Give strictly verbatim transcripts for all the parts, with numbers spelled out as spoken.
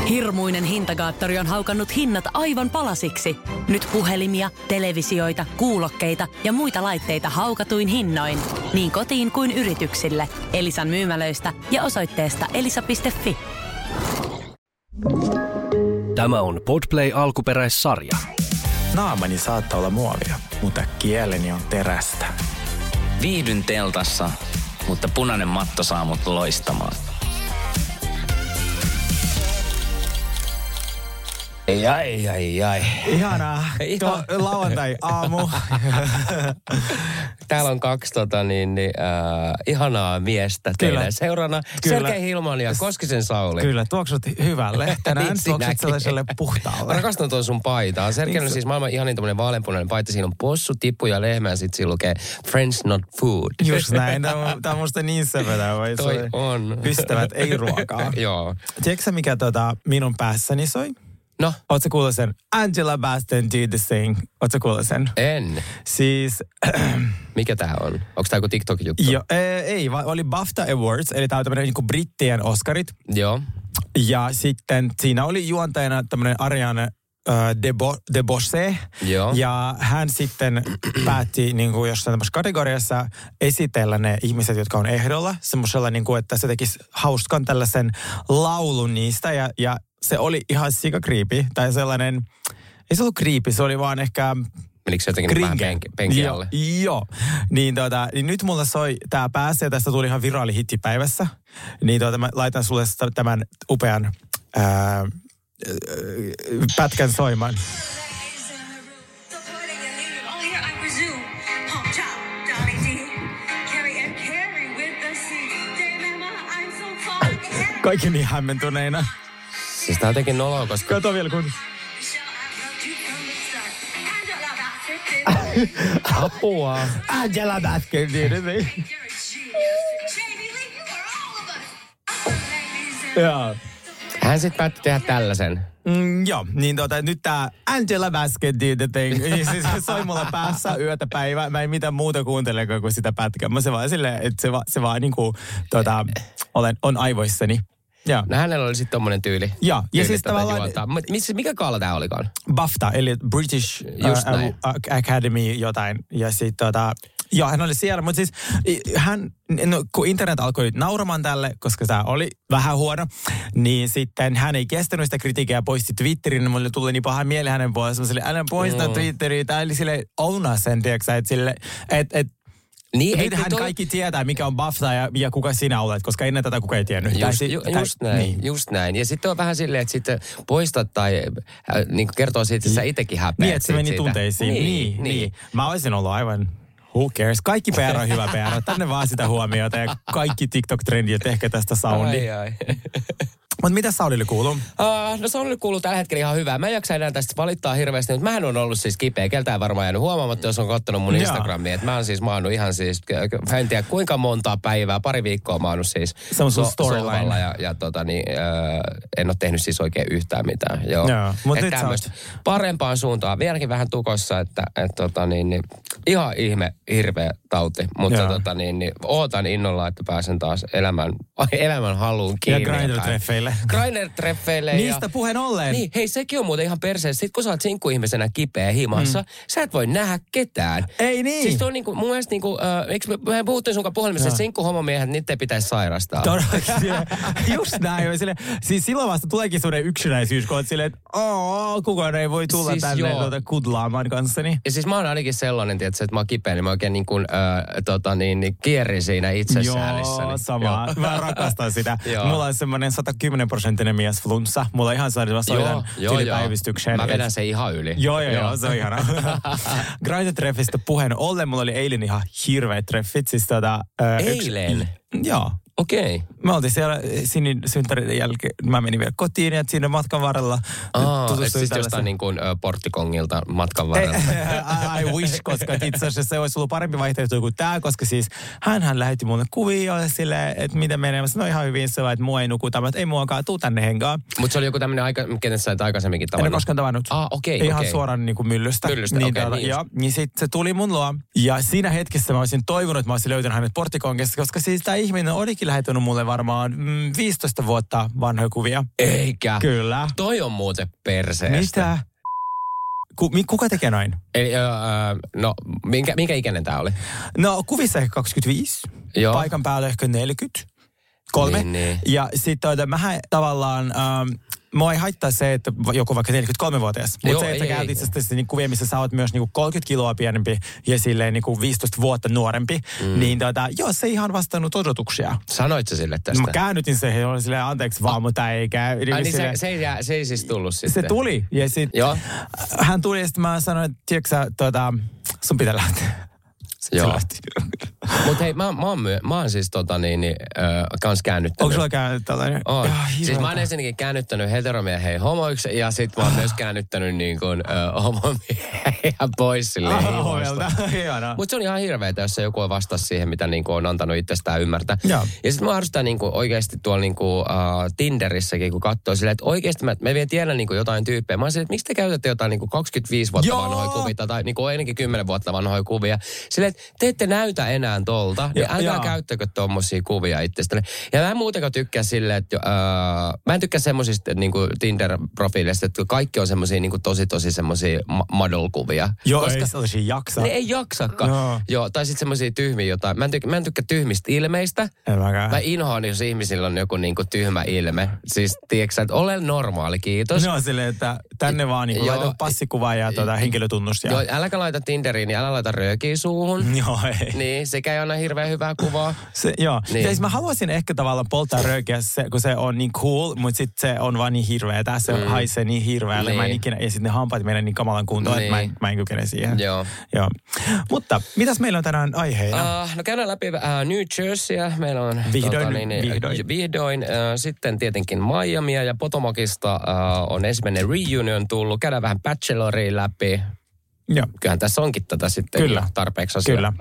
Hirmuinen hintakaattori on haukannut hinnat aivan palasiksi. Nyt puhelimia, televisioita, kuulokkeita ja muita laitteita haukatuin hinnoin. Niin kotiin kuin yrityksille. Elisan myymälöistä ja osoitteesta elisa piste fi. Tämä on Podplay alkuperäissarja. Naamani saattaa olla muovia, mutta kieleni on terästä. Viihdyn teltassa, mutta punainen matto saa mut loistamaan. Ai, ai, ai, ai. Ihanaa. Tuo lauantai-aamu. Täällä on kaksi tota, niin, niin, äh, ihanaa miestä teille Kyllä. seurana. Kyllä. Sergei Hilman ja Koskisen Sauli. Kyllä, tuoksut hyvälle. Tänään tuoksut Sinäkin. sellaiselle puhtaalle. Rakastan tuon sun paitaa. Sergei on siis maailman ihanin tämmönen vaaleanpunainen paita. Siinä on possu, tippu ja lehmä ja sit siinä lukee Friends not food. Just näin. Tämä on, tämä on musta niin sepä. Toi on. Ystävät, ei ruokaa. Joo. Tiedätkö mikä tota, minun päässäni soi? No? Ootko kuullut sen? Angela Bassett do the thing. Ootko kuullut sen? En. Siis... Mikä tää on? Onko tää joku TikTok-juttu? Jo, ee, ei, vaan oli BAFTA Awards, eli tää on tämmönen niinku brittien Oscarit. Joo. Ja sitten siinä oli juontajana tämmönen Ariane Debo, Debose. Joo. Ja hän sitten päätti niin kuin jossain tämmöisessä kategoriassa esitellä ne ihmiset, jotka on ehdolla. Semmoisella, niin kuin, että se tekisi hauskan tällaisen laulun niistä. Ja, ja se oli ihan sika creepy. Tai sellainen, ei se ollut creepy, se oli vaan ehkä... Menikö se jotenkin vähän penki, penki alle? Joo, joo. Niin, tota, niin nyt mulla soi tää päässä ja tästä tuli ihan viraali hitti päivässä. Niin tota, mä laitan sulle tämän upean ää, pätkän soimaan. Kaikki niin hämmentyneina. Siis tää on jotenkin noloa, koska... Kato vielä kun... Apua. Angela Bassett. Joo. Hän sit päätti tehdä tällaisen. Mm, joo, niin tota, nyt tää Angela Bassett did the thing. Siis se soi mulla päässä yötä päivää. Mä en mitään muuta kuuntele kuin sitä pätkää. Mä se vaan silleen, että se, va, se vaan niinku, tota, olen, on aivoissani. Ja. No hänellä oli sitten tommonen tyyli. Ja, ja siis tavallaan... Miss, mikä kaala tää olikaan? BAFTA, eli British uh, Academy jotain. Ja sit tota... Joo, hän oli siellä, mutta siis hän, no, kun internet alkoi nauramaan tälle, koska tämä oli vähän huono, niin sitten hän ei kestänyt sitä kritiikkiä ja poisti Twitterin, niin mulle tuli niin paha mieli hänen puolestaan. Mä silleen, älä poista mm. Twitteriä, tai eli silleen, ouna sen, tiedätkö että sille, että et, niin, nyt hän toi... kaikki tietää, mikä on BAFTA ja, ja kuka sinä olet, koska ennen tätä kuka ei tiennyt. Just, tai sit, ju, tai, just näin, niin. just näin. Ja sitten on vähän silleen, että sitten poistat tai äh, niin kertoo siitä, että sä itsekin häpeät. Niin, että se meni tunteisiin. Niin, niin, niin. niin. Mä olisin ollut aivan... Who cares? Kaikki P R on hyvä P R. Tänne vaan sitä huomiota ja kaikki TikTok-trendit ehkä tästä soundi. Ai ai. Mutta mitä Saulille kuuluu? Uh, no Saulille kuuluu tällä hetkellä ihan hyvää. Mä en jaksa enää tästä valittaa hirveästi, mutta mähän on ollut siis kipeä. Keltään varmaan jäänyt huomaamatta, jos on katsonut mun Instagramia. Että mä oon siis maannut ihan siis, en tiedä kuinka montaa päivää, pari viikkoa maannut siis. Se on sun so, storyline. Ja, ja tota niin, äh, en ole tehnyt siis oikein yhtään mitään. Joo. Joo, mutta nyt tämmöistä parempaan suuntaan. Vieläkin vähän tukossa, että et, tota niin, niin, ihan ihme, hirveä tauti. Mutta tota niin, niin, ootan innolla, että pääsen taas elämän, elämän haluun kiinni. Ja Grindr-treffeille. Grindr-treffeille. Niistä ja... puheen ollen. Niin, hei sekin on muuten ihan perseessä. Sitten kun sä oot sinkkuihmisenä kipeä himassa, mm. sä et voi nähdä ketään. Ei niin. Siis on niinku, mun mielestä niinku, äh, eikö me, me puhuttiin sunkaan puhelimessa, että sinkkuhomomiehet, niitä ei pitäisi sairastaa. Just näin. Sille, siis silloin vasta tuleekin sellainen yksinäisyys, kun oot silleen, että ooo, kukaan ei voi tulla siis tänne tuota, kudlaamaan kanssani. Ja siis mä oon ainakin sellainen, tietysti, että mä oon kipeä, niin mä oikein niin kuin, äh, tota, niin, niin kierin siinä itsesäälissä. Joo, samaa. Mä rakastan sitä. Mulla on semmoinen sata kymmenen prosenttinen mies flunssa. Mulla on ihan sellainen, mä soitan tilipäivystykseen. Mä vedän se ihan yli. Joo, joo, joo, se on ihana. Grindr-treffistä puheen ollen, mulla oli eilen ihan hirveät treffit. Siis tota, äh, eilen? Yks, joo. Okei. Okay. Me oltiin siellä Sinin synttäreiden jälkeen. Mä menin vielä kotiin ja siinä matkan varrella. Aa, et siis jostain niin kuin uh, porttikongilta matkan varrella. I, I wish, koska itse asiassa se olisi ollut parempi vaihtoehto kuin tämä, koska siis hänhän lähetti mulle kuvia silleen, että mitä menee. Mä sanoin ihan hyvin se, että mua ei nukuta, että ei muakaan, tuu tänne hengaan. Mutta se oli joku tämmöinen aika, kenen sä et aikaisemminkin tavannut? En ole koskaan tavannut. Ah, okei, okay, Ihan okay. suoraan niin kuin myllystä. Myllystä, niin, okei. Okay, niin, niin, niin sitten se tuli mun luo. Ja siinä hetkessä mä olisin toivonut, että mä olisin löytänyt hänet porttikongesta, koska siis tämä ihminen olikin lähettänyt mulle varmaan varmaan mm, viisitoista vuotta vanhoja kuvia. Eikä. Kyllä. Toi on muuten perseestä. Mitä? Ku, kuka tekee noin? Eli, öö, no, minkä, minkä ikäinen tää oli? No, kuvissa ehkä kaksikymmentäviisi. Joo. Paikan päällä ehkä neljäkymmentä. Kolme. Niin, niin. Ja sitten mähän tavallaan, ähm, mua ei haittaa se, että joku vaikka neljäkymmentäkolmevuotias. Mutta se, että sä käyt itse asiassa niin kuvia, missä sä oot myös niin kolmekymmentä kiloa pienempi ja silleen niin viisitoista vuotta nuorempi, mm. niin tota, joo, se ei ihan vastannut odotuksia. Sanoit sä sille tästä? Mä käännytin se, ja olin silleen, anteeksi vaan, mutta ei käy. Ai niin se, se, ei, se ei siis tullut sitten? Se tuli. Ja sit hän tuli ja sitten mä sanoin, että tiedätkö sä, tota, sun pitää lähteä. Joo. Mutta hei, mä, mä, oon myö, mä oon siis tota niin, niin äh, kans käännyttänyt. Onko sulla käännyt tällainen? On. Siis mä oon ensinnäkin käännyttänyt heteromiehen homoiksi ja sit mä oon myös käännyttänyt niin kuin äh, homomiehiä pois silleen himoista. Mutta se on ihan hirveetä, jos se joku on vastaa siihen, mitä niin kuin on antanut itsestään ymmärtää. Ja, ja sit mä arvostan niin kuin oikeasti tuolla niin kuin, uh, Tinderissäkin, kun katsoo silleen, että oikeasti mä, mä vielä tiedän niin kuin jotain tyyppejä. Mä oon silleen, että miksi te käytätte jotain niin kuin kaksikymmentäviisi vuotta Joo. vanhoja kuvia tai niin kuin ainakin kymmenen vuotta vanhoja kuvia. Silleen, te ette näytä enää tolta, niin älkää käyttäkö tommosia kuvia itsestäni. Ja mä en muutenkaan tykkää silleen, että äh, mä en tykkää semmosista niinku Tinder-profiileista, että kaikki on semmosia niinku tosi tosi semmosia ma- model-kuvia. Joo, koska ei sellaisia jaksa. Ne ei jaksakaan. No. Joo, tai sitten semmosia tyhmiä jotain. Mä en, tykkää, mä en tykkää tyhmistä ilmeistä. En mäkään. Mä inhoan, jos ihmisillä on joku niinku tyhmä ilme. Siis tiedätkö että ole normaali, kiitos. No silleen, että tänne vaan niinku laita passikuva ja tuota, henkilötunnus. Ja... Joo, äläkä laita Tinderiin, niin älä laita röökiä suuhun. Joo, ei. Niin, sekä ei anna hirveän hyvää kuvaa. Se, joo. Niin. Siis mä haluaisin ehkä tavallaan polttaa röökiä, se, kun se on niin cool, mutta sitten se on vaan niin hirveetä. Se mm. haisee niin hirveälle. Niin. Mä en ikinä, ja sitten ne hampaat menee niin kamalan kuntoon, niin. että mä en, mä en kykene siihen. Joo. joo. Mutta mitäs meillä on tänään aiheena? Uh, no käydään läpi uh, New Jerseyä. Meillä on vihdoin. Tota, niin, vihdoin. vihdoin. Uh, sitten tietenkin Miamia ja Potomacista uh, on ensimmäinen reunion tullut. Käydään vähän Bacheloria läpi. Joo. Kyllähän tässä onkin tätä sitten Kyllä. tarpeeksi asiaa. Kyllä.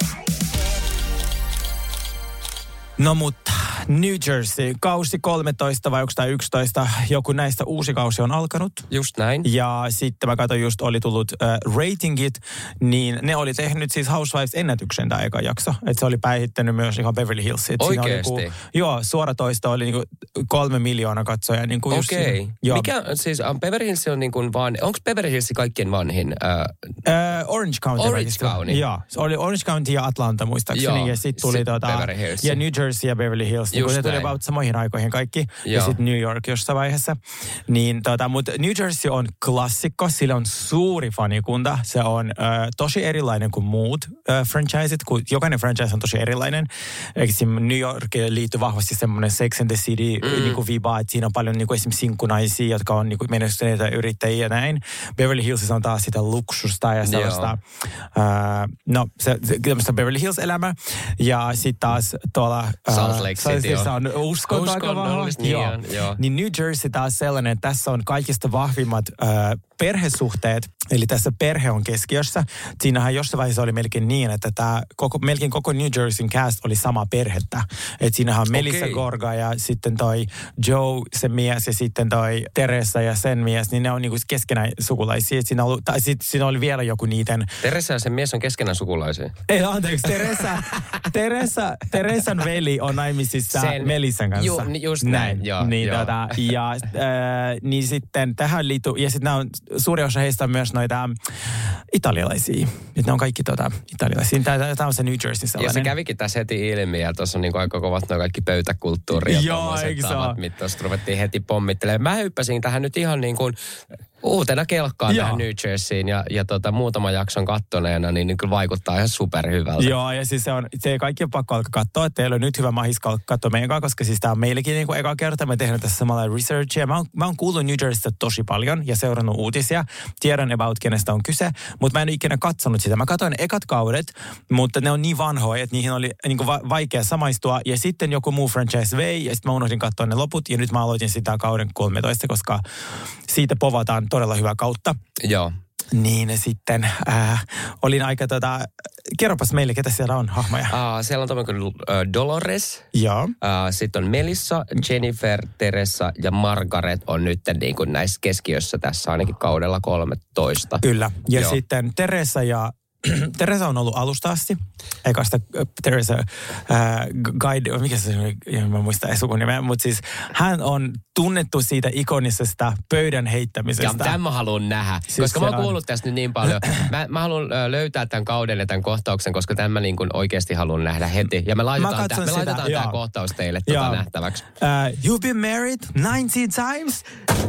No mutta New Jersey, kausi kolmetoista vai onko tämä yksitoista, joku näistä uusi kausi on alkanut. Just näin. Ja sitten mä katsoin just, oli tullut uh, ratingit, niin ne oli tehnyt siis Housewives-ennätyksen tämä eka jakso. Että se oli päihittänyt myös ihan Beverly Hillsit. Oikeesti? Niinku, joo, suoratoista oli niinku kolme miljoonaa katsoja. Niinku Okei. Okay. Mikä siis, um, Beverly Hills on niin kuin vaan, onko Beverly Hills kaikkien vanhin? Uh, uh, Orange County. Orange County. Joo, se oli Orange County ja Atlanta muistaakseni. Joo, ja sitten tuli sit tota, Beverly Hills. ja New Jersey ja Beverly Hills. Niin ne tuli about samoihin aikoihin kaikki. Joo. Ja sitten New York jossain vaiheessa. Niin, tota, mutta New Jersey on klassikko. Sillä on suuri fanikunta. Se on äh, tosi erilainen kuin muut äh, franchiset. Kun jokainen franchise on tosi erilainen. Eikö New Yorkiin liittyy vahvasti semmoinen Sex and the City mm. niinku viba. Että siinä on paljon niinku esimerkiksi sinkkunaisia, jotka on niinku menestyneitä yrittäjiä ja näin. Beverly Hills on taas sitä luksusta ja sellaista. Äh, no, se, se Beverly Hills-elämä. Ja sitten taas tuolla... Äh, Salt Lake City se on uskonto aika vahva. Niin, joo. joo. Niin New Jersey taas sellainen, että tässä on kaikista vahvimmat äh, perhesuhteet. Eli tässä perhe on keskiössä. Siinähän jossain vaiheessa oli melkein niin, että tämä koko, melkein koko New Jerseyn cast oli sama perhettä. Että siinähän on Melissa okay. Gorga ja sitten toi Joe, se mies, ja sitten toi Teresa ja sen mies. Niin ne on niinku keskenään sukulaisia. Siinä, ollut, tai sit, siinä oli vielä joku niiden... Teresa ja sen mies on keskenään sukulaisia. Ei, anteeksi. Teresa, Teresa, Teresan veli on naimisissa sen, Melissan kanssa. Ju, just näin, näin. Joo, niin, joo. Tota, ja äh, niin sitten tähän liittyy, ja sitten nämä on, suuri osa heistä on myös noita italialaisia. Nyt ne on kaikki tota, italialaisia. Tämä on se New Jersey sellainen. Ja se kävikin tässä heti ilmi, ja tuossa on niinku aika kovat nuo kaikki pöytäkulttuuri ja tommoiset tavat, mitä tuossa ruvettiin heti pommittelemaan. Mä hyppäsin tähän nyt ihan niin kuin uutena kelkkaan tähän New Jerseyin ja, ja tota, muutaman jakson kattoneena, niin, niin kyllä vaikuttaa ihan superhyvältä. Joo, ja siis se on, se kaikki on pakko alkaa katsoa, että teillä on nyt hyvä mahis katsoa meidän kanssa, koska siis tämä on meillekin niin kuin eka kerta. Me tehdään tässä samalla researchia. Mä oon, mä oon kuullut New Jerseystä tosi paljon ja seurannut uutisia. Tiedän about kenestä on kyse, mutta mä en ole ikinä katsonut sitä. Mä katsoin ekat kaudet, mutta ne on niin vanhoja, että niihin oli niin kuin va- vaikea samaistua. Ja sitten joku muu franchise vei, ja sitten mä unohdin katsoa ne loput, ja nyt mä aloitin sitä kauden kolmetoista, koska siitä povataan todella hyvää kautta. Joo. Niin sitten äh, olin aika tota, kerropas meille, ketä siellä on hahmoja. Uh, siellä on tommoinen kuin uh, Dolores. Joo. Uh, sitten on Melissa, Jennifer, Teresa ja Margaret on nyt niin kuin näissä keskiössä tässä ainakin kaudella kolmetoista. Kyllä. Ja Joo. sitten Teresa ja Teresa on ollut alusta asti. Eikä sitä Teresa äh, Guide, mikä se on, mä muistan ei sukunimeä, mutta siis hän on tunnettu siitä ikonisesta pöydän heittämisestä. Ja tämän mä haluan nähdä, siis koska mä oon kuullut on... tästä nyt niin paljon. Mä, mä haluan löytää tämän kauden ja tämän kohtauksen, koska tämän mä niin kuin oikeasti haluan nähdä heti. Ja me laitetaan, täh, me laitetaan tämä kohtaus teille tota nähtäväksi. Uh, you've been married nineteen times?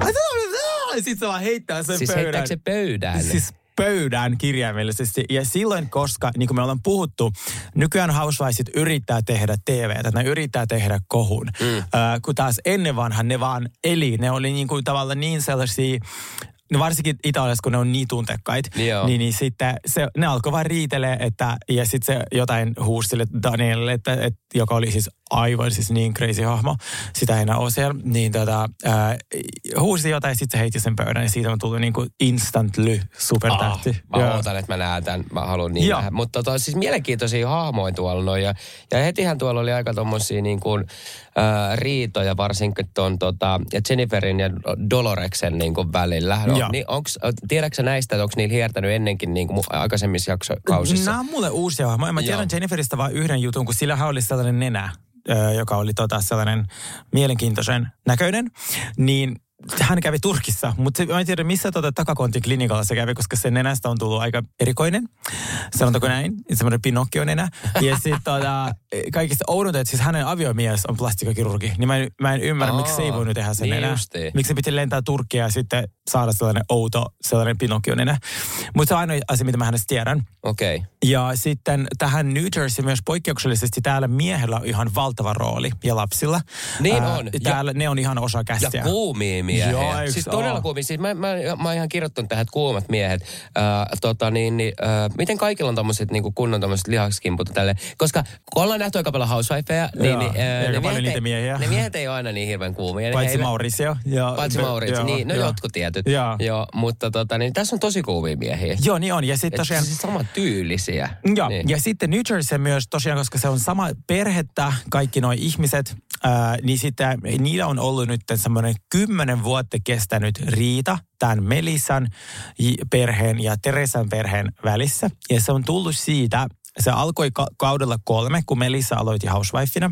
Sitten se vaan heittää sen siis pöydän. Siis heittääkö se pöydän? Siis pöydän kirjaimellisesti. Ja silloin, koska, niin kuin me ollaan puhuttu, nykyään Housewiveit yrittää tehdä T V:tä, ne yrittää tehdä kohun. Mm. Äh, kun taas ennen vanhan ne vaan eli. Ne oli niin kuin tavallaan niin sellaisia, no varsinkin Italiassa, kun ne on niin tuntekkaita, niin, niin sitten se, ne alkoi vaan riitelee, että, ja sitten se jotain huusi sille Danielille, että, että, joka oli siis aivan siis niin crazy hahmo, sitä ei enää ole siellä, niin tota, äh, huusi jotain ja sitten se heitti sen pöydän ja siitä on tullut niin kuin instantly supertähti. Ah, mä ootan, että mä näen tämän, mä haluan niin nähdä. Mutta tota, siis mielenkiintoisia hahmoja tuolla noin ja, ja hetihän tuolla oli aika tommosia niin kuin äh, riitoja varsinkin tuon tota, ja Jenniferin ja Doloreksen niin kuin välillä. No, niin onks, tiedätkö näistä, että onko niillä hiertänyt ennenkin niin kuin aikaisemmissa jaksokausissa? Nämä on mulle uusia hahmoja. Mä tiedän Jenniferistä vaan yhden jutun, kun sillähän oli sellainen nenä, joka oli tota sellainen mielenkiintoisen näköinen, niin hän kävi Turkissa, mutta mä en tiedä missä tota takakontin klinikalla se kävi, koska sen nenästä on tullut aika erikoinen. Sanotaanko näin? Semmoinen Pinocchio-nenä. Ja sitten tota, kaikista oudonta, että siis hänen aviomies on plastikakirurgi. Niin mä en, mä en ymmärrä, Aa, miksi se ei voinut tehdä sen niin nenä. Justiin. Miksi se piti lentää Turkkia ja sitten saada sellainen outo, sellainen Pinocchio-nenä. Mutta se on ainoa asia, mitä mä hänestä tiedän. Okei. Okay. Ja sitten tähän New Jersey myös poikkeuksellisesti täällä miehellä on ihan valtava rooli ja lapsilla. Niin Ää, on. Täällä ja, ne on ihan osa kästiä. Ja kuumia miehiä. Joo, siis todella kuumia. Siis mä, mä, mä oon ihan kirjoittanut tähän, että kuumat miehet. Äh, tota niin, niin äh, miten kaikilla on tommoset niin kunnon tommoset lihaskimput tälle? Koska kun ollaan nähty aika paljon housewifeja, niin, niin äh, ne, miehet ei, miehiä. ne miehet ei ole aina niin hirveän kuumia. Paitsi Mauricio. Paitsi Mauricio, niin. No jo. Jotkut tietyt. Joo, jo, mutta tota, niin, tässä on tosi kuumia miehiä. Joo, niin on. Ja sitten tosiaan... Siis sama tyylisiä. Joo, niin. Ja sitten New Jersey myös tosiaan, koska se on sama perhettä, kaikki nuo ihmiset, ää, niin sitten niillä on ollut nyt semmoinen kymmenen vuotta kestänyt riita tämän Melissan perheen ja Teresan perheen välissä. Ja se on tullut siitä, se alkoi ka- kaudella kolme, kun Melissa aloitti housewifena.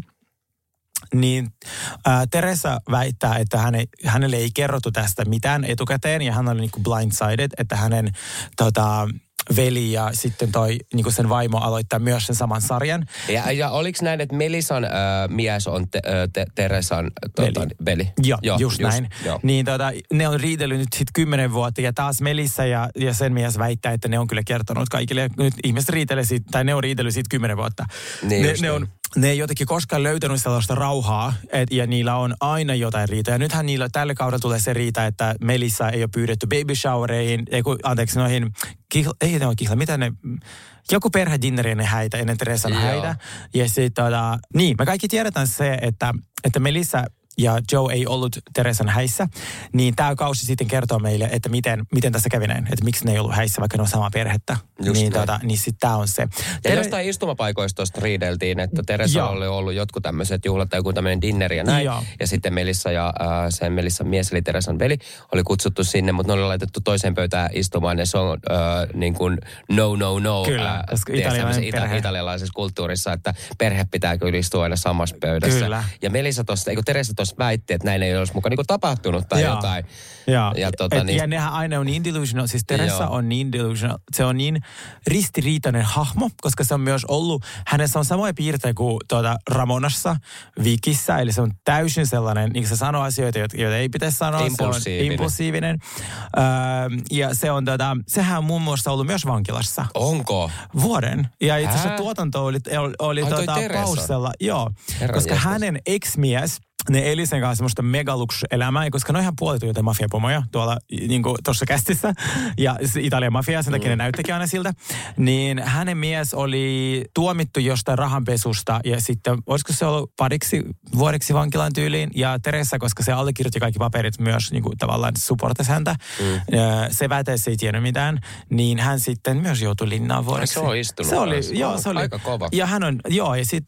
Niin äh, Teresa väittää, että häne, hänelle ei kerrottu tästä mitään etukäteen ja hän oli niin kuin blindsided, että hänen tota, veli ja sitten toi niin sen vaimo aloittaa myös sen saman sarjan. Ja, ja oliko näin, että Melissan äh, mies on te, te, Teresan tota, veli? veli? Joo, jo, just, just näin. Jo. Niin tota, ne on riitellyt nyt sitten kymmenen vuotta ja taas Melissa ja, ja sen mies väittää, että ne on kyllä kertonut kaikille. Ja nyt ihmiset riitelee siitä, tai ne on riitellyt siitä kymmenen vuotta. Niin ne, ne on... Ne ei jotenkin koskaan löytänyt sellaista rauhaa, et, ja niillä on aina jotain riitoja. Ja nythän niillä tällä kaudella tulee se riita, että Melissa ei ole pyydetty baby showereihin, ei kun, anteeksi, noihin, kihla, ei ne ole kihla, mitä ne, joku perhedinneri ne häitä ennen Teresan häitä. Ja sitten, tota, niin, me kaikki tiedetään se, että, että Melissa ja Joe ei ollut Teresan häissä, niin tämä kausi sitten kertoo meille, että miten, miten tässä kävi näin, että miksi ne ei ollut häissä, vaikka ne on samaa perhettä. Just niin tota, niin sitten tämä on se. Ja Tere... jostain istumapaikoista tuosta riideltiin, että Teresa oli ollut jotkut tämmöiset juhlat tai joku tämmöinen dinneri ja näin. Joo. Ja sitten Melissa ja äh, sen Melissan mies, eli Teresan veli, oli kutsuttu sinne, mutta ne oli laitettu toiseen pöytään istumaan ja se on äh, niin kuin no, no, no. Kyllä, äh, koska italialainen ita- perhe. Italialaisessa kulttuurissa, että perhe pitää kyllä istua aina samassa pöydässä. Kyllä. Ja Melissa tuossa, eikö Teresa tuossa väitti, että näin ei olisi mukaan niinku tapahtunut tai Jaa. jotain. Jaa. Ja, tota, Et, niin... ja nehän aina on niin delusional. Siis Teresa Joo. on niin delusional. Se on niin ristiriitainen hahmo, koska se on myös ollut, hänessä on samoja piirteitä kuin tuota Ramonassa, Vikissä. Eli se on täysin sellainen, niin se sanoo asioita, joita ei pitäisi sanoa. Impulsiivinen. Se on impulsiivinen. Öö, ja se on tota, sehän on muun muassa ollut myös vankilassa. Onko? Vuoden. Ja itse asiassa tuotanto oli, oli Ai, tota, pausella. Joo, Herran koska jästäs. hänen ex-mies ne eli sen kanssa semmoista megaluksuselämää, koska ne on ihan puolet jotain mafiapomoja tuolla niin kuin tuossa kästissä. Ja Italian mafia, sen takia mm. ne näyttikin aina siltä. Niin hänen mies oli tuomittu jostain rahanpesusta ja sitten, olisiko se ollut pariksi vuodeksi vankilan tyyliin. Ja Teresa, koska se allekirjoitti kaikki paperit myös niin kuin tavallaan supportasi häntä. Mm. Se väteessä ei tiennyt mitään. Niin hän sitten myös joutui linnaan vuodeksi. Se on istunut. Se oli, joo, se oli. Aika kova. Ja hän on, joo, ja sitten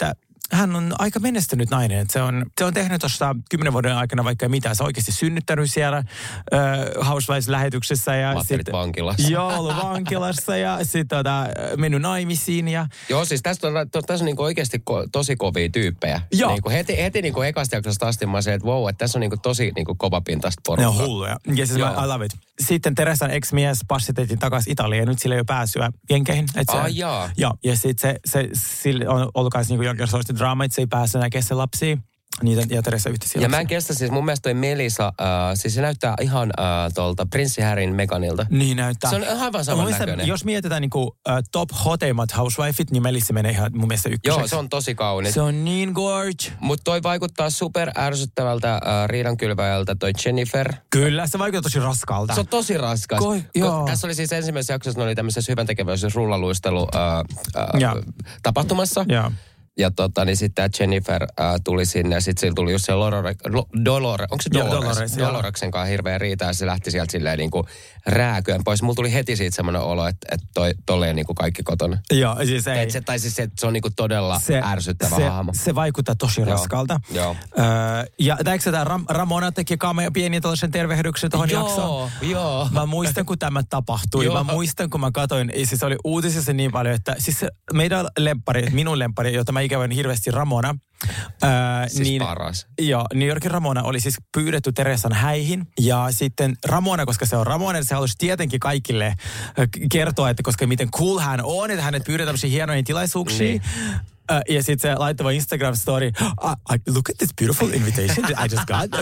hän on aika menestynyt nainen. Se on, se on tehnyt tuossa kymmenen vuoden aikana vaikka mitä. Se on oikeasti synnyttänyt siellä uh, Housewives-lähetyksessä. Ja sit, vankilassa. Joo, ollut vankilassa ja sitten tota, mennyt naimisiin. Ja... Joo, siis tässä on, tässä on niinku oikeasti ko, tosi kovia tyyppejä. Joo. Niinku heti heti niinku ekasta jaksosta asti mä se, että wow, että tässä on niinku tosi niinku kovapintaista porukkaa. Ne on hulluja. Ja siis mä, I love it. Sitten Teresan ex-mies passitettiin takaisin Italiaan ja nyt sillä ei ole pääsyä jenkeihin. Ah, se, jaa. Joo, ja sitten se, se, sillä on ollut myös niinku jonkinlaista draama, että se ei pääse näkemään sen lapsia. Niitä ja Teresa yhdessä. Ja mä en kestä siis, mun mielestä toi Melissa, äh, siis se näyttää ihan äh, tuolta Prinssi Harryn Meganilta. Niin näyttää. Se on aivan saman näköinen. Jos mietitään niinku äh, top hoteimmat housewifeit, niin Melissa menee ihan mun mielestä ykköseksi. Joo, se on tosi kaunis. Se on niin gorge. Mutta toi vaikuttaa super ärsyttävältä äh, riidankylväjältä toi Jennifer. Kyllä, se vaikuttaa tosi raskaalta. Se on tosi raskas. Ko- joo. Tässä oli siis ensimmäisessä jaksossa, ne oli tämmöisessä hyväntekeväisyys rullaluistelu äh, äh, tapahtumassa. Joo. Ja tota, niin sitten tämä Jennifer äh, tuli sinne ja sitten sillä tuli just se Lorore, Dolore, onko se Dolores? Joo, Dolores, Doloreksen kanssa hirveä riita ja se lähti sieltä silleen niin kuin rääkyön pois. Mulla tuli heti siitä semmoinen olo, että, että toi, tolleen niin kuin kaikki kotona. Joo, siis ei. Et se, tai siis se, se on niin kuin todella se, ärsyttävä se, hahmo. Se vaikuttaa tosi Joo. raskalta. Joo. Öö, ja eikö tämä Ram, Ramona teki kamea pieni tällaisen tervehdyksen tuohon jaksoon? Joo, Mä muistan, kun tämä tapahtui. Joo. Mä muistan, kun mä katsoin, siis oli uutisissa niin paljon, että siis meidän lemppari, minun lemppari, jota mä ikävän hirveästi Ramona. Ää, siis niin, paras. Joo, New Yorkin Ramona oli siis pyydetty Teresan häihin. Ja sitten Ramona, koska se on Ramona, se halusi tietenkin kaikille kertoa, että koska miten cool hän on, että hänet pyydetään tämmöisiä hienoihin tilaisuuksiin. Niin. Uh, ja sitten se laittava Instagram-story, uh, look at this beautiful invitation I just got.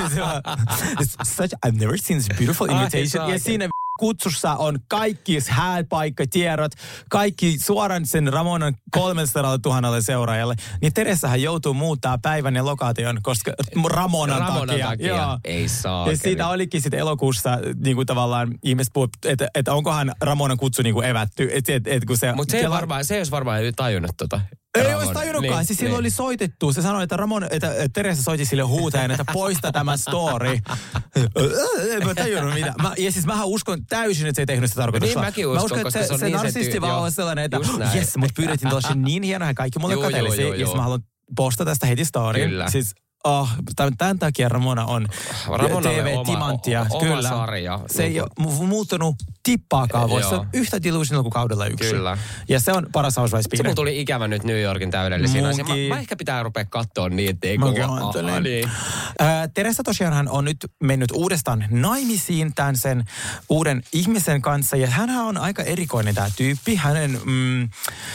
It's such, I've never seen this beautiful invitation. Ja siinä kutsussa on kaikki hääpaikkatiedot, kaikki suoraan sen Ramonan kolmesataatuhatta seuraajalle. Niin Teresahan joutuu muuttaa päivän ja lokaation, koska Ramonan, Ramonan takia. takia. Joo. Ei saa. Ja siitä olikin sitten elokuussa niin kuin tavallaan ihmiset puhuu, että, että onkohan Ramonan kutsu niin kuin evätty. Et, et, et, se, Mutta se, kela... varmaan, se ei olisi varmaan tajunnut tota. Ei olisi tajunnutkaan. Niin, siis silloin niin. oli soitettu. Se sanoi, että, Ramon, että Teresa soitti sille huutajan, että poista tämä story. En mä tajunnut mitä. Mä, ja siis mähän uskon täysin, että se ei tehnyt sitä tarkoitusta. Niin mäkin uskon, uskon, koska se, se on se niin narsisti vaan on sellainen, että jes, mut pyydettiin tosi niin hienoa ja kaikki mulle katsellisi. Ja siis mä haluan postata tästä heti storyin. Kyllä. Siis oh, tämän takia Ramona on T V-timanttia. Oma, Kyllä. sarja. Se ei ole muuttunut tippaakaan. Voisi olla yhtä delusional kuin kaudella yksi. Kyllä. Ja se on paras Housewives-piirre. Se mun tuli ikävä nyt New Yorkin täydellisiin. Mä, mä ehkä pitää rupea katsoa niitä. Mä niin. äh, Teresa tosiaan on nyt mennyt uudestaan naimisiin tämän sen uuden ihmisen kanssa. Ja hänhän on aika erikoinen tämä tyyppi. Hänen... Mm,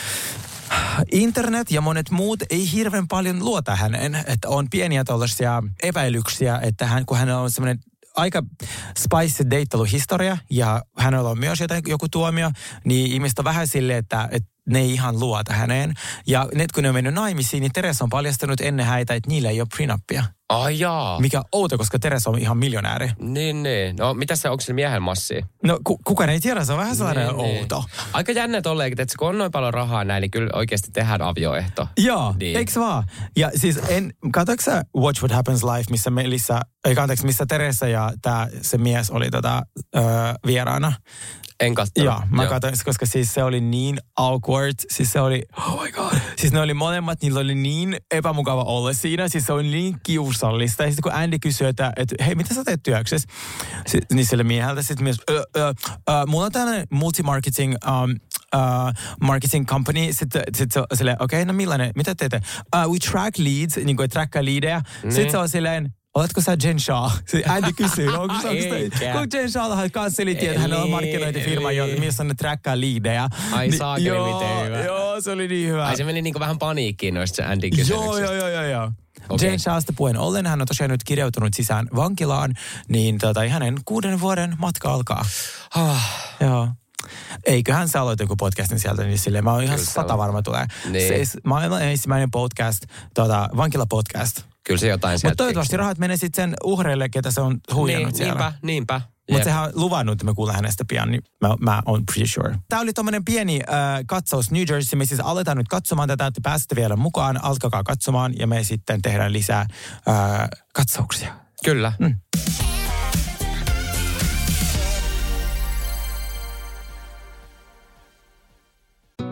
internet ja monet muut ei hirveän paljon luota hänen, että on pieniä tällaisia epäilyksiä, että hän, kun hänellä on semmoinen aika spicy deittailuhistoria ja hänellä on myös jotain, joku tuomio, niin ihmiset on vähän silleen, että, että ne ei ihan luota häneen. Ja nyt kun ne on mennyt naimisiin, niin Teresa on paljastanut ennen häitä, että niillä ei ole prenuppia. Ai jaa. Mikä on outo, koska Teresa on ihan miljonääri. Niin, niin. No, mitä se, onko se miehen massia? No, ku, kukaan ei tiedä, se on vähän sellainen niin, outo. Niin. Aika jännä tolleen, että kun on noin paljon rahaa näin, niin kyllä oikeasti tehdään avioehto. Joo, niin. Eikö vaan? Ja siis, en, katsoitko sä Watch What Happens Live, missä Melissa, ei anteeksi, missä Teresa ja tää, se mies oli tota, ö, vieraana? En katsoa. Joo, mä katsoin, koska siis se oli niin awkward. Siis se oli, oh my god. Siis ne oli molemmat, niillä oli niin epämukava olla siinä. Siis se oli niin kiusallista. Ja sitten kun Andy kysyi, että, että hei, mitä sä teet työksessä? Siis, niin sille mieheltä sitten mies, ö, ö, ö, mulla on tällainen multi-marketing um, uh, marketing company. Sitten sit se on silleen, okei, okay, no millainen, mitä teette? Uh, we track leads, niin kuin trackaa liidejä. Niin. Sitten se on silleen, oletko sä Jen Shah? Andy kysyy, onko sä kun Jen Shahhan kanssa selitti, että hänellä on markkinointifirma, missä ne trackkaa liidejä. Ai niin, saakeli, miten hyvä. Joo, se oli niin hyvä. Ai se meni niinku vähän paniikkiin noista se Andy kysymyksestä. Joo, joo, joo, joo, joo. Okay. Jen Shahsta puheen ollen, hän on tosiaan nyt kirjautunut sisään vankilaan, niin tota, hänen kuuden vuoden matka alkaa. Joo. Eiköhän sä aloita joku podcastin sieltä, niin silleen mä oon ihan sata varma tulee. Niin. Se maailman ensimmäinen podcast, tota, vankilapodcast. Kyllä se jotain sieltä. Mutta toivottavasti rahat menee sitten sen uhreille, ketä se on huijannut niin, siellä. Niinpä, niinpä. Mutta sehän on luvannut, että me kuullaan hänestä pian, niin mä, mä oon pretty sure. Tämä oli tommonen pieni äh, katsaus New Jersey. Me siis aletaan nyt katsomaan tätä, että pääsette vielä mukaan. Alkakaa katsomaan ja me sitten tehdään lisää äh, katsauksia. Kyllä. Mm.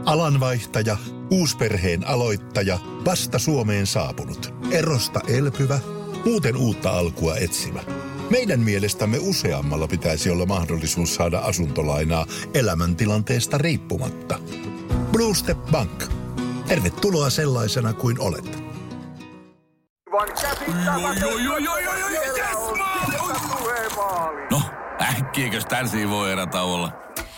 Alanvaihtaja, uusperheen aloittaja, vasta Suomeen saapunut, erosta elpyvä, muuten uutta alkua etsimä. Meidän mielestämme useammalla pitäisi olla mahdollisuus saada asuntolainaa elämäntilanteesta riippumatta. Blue Step Bank. Tervetuloa sellaisena kuin olet. No, äkkiäkös tän voi erätauolla?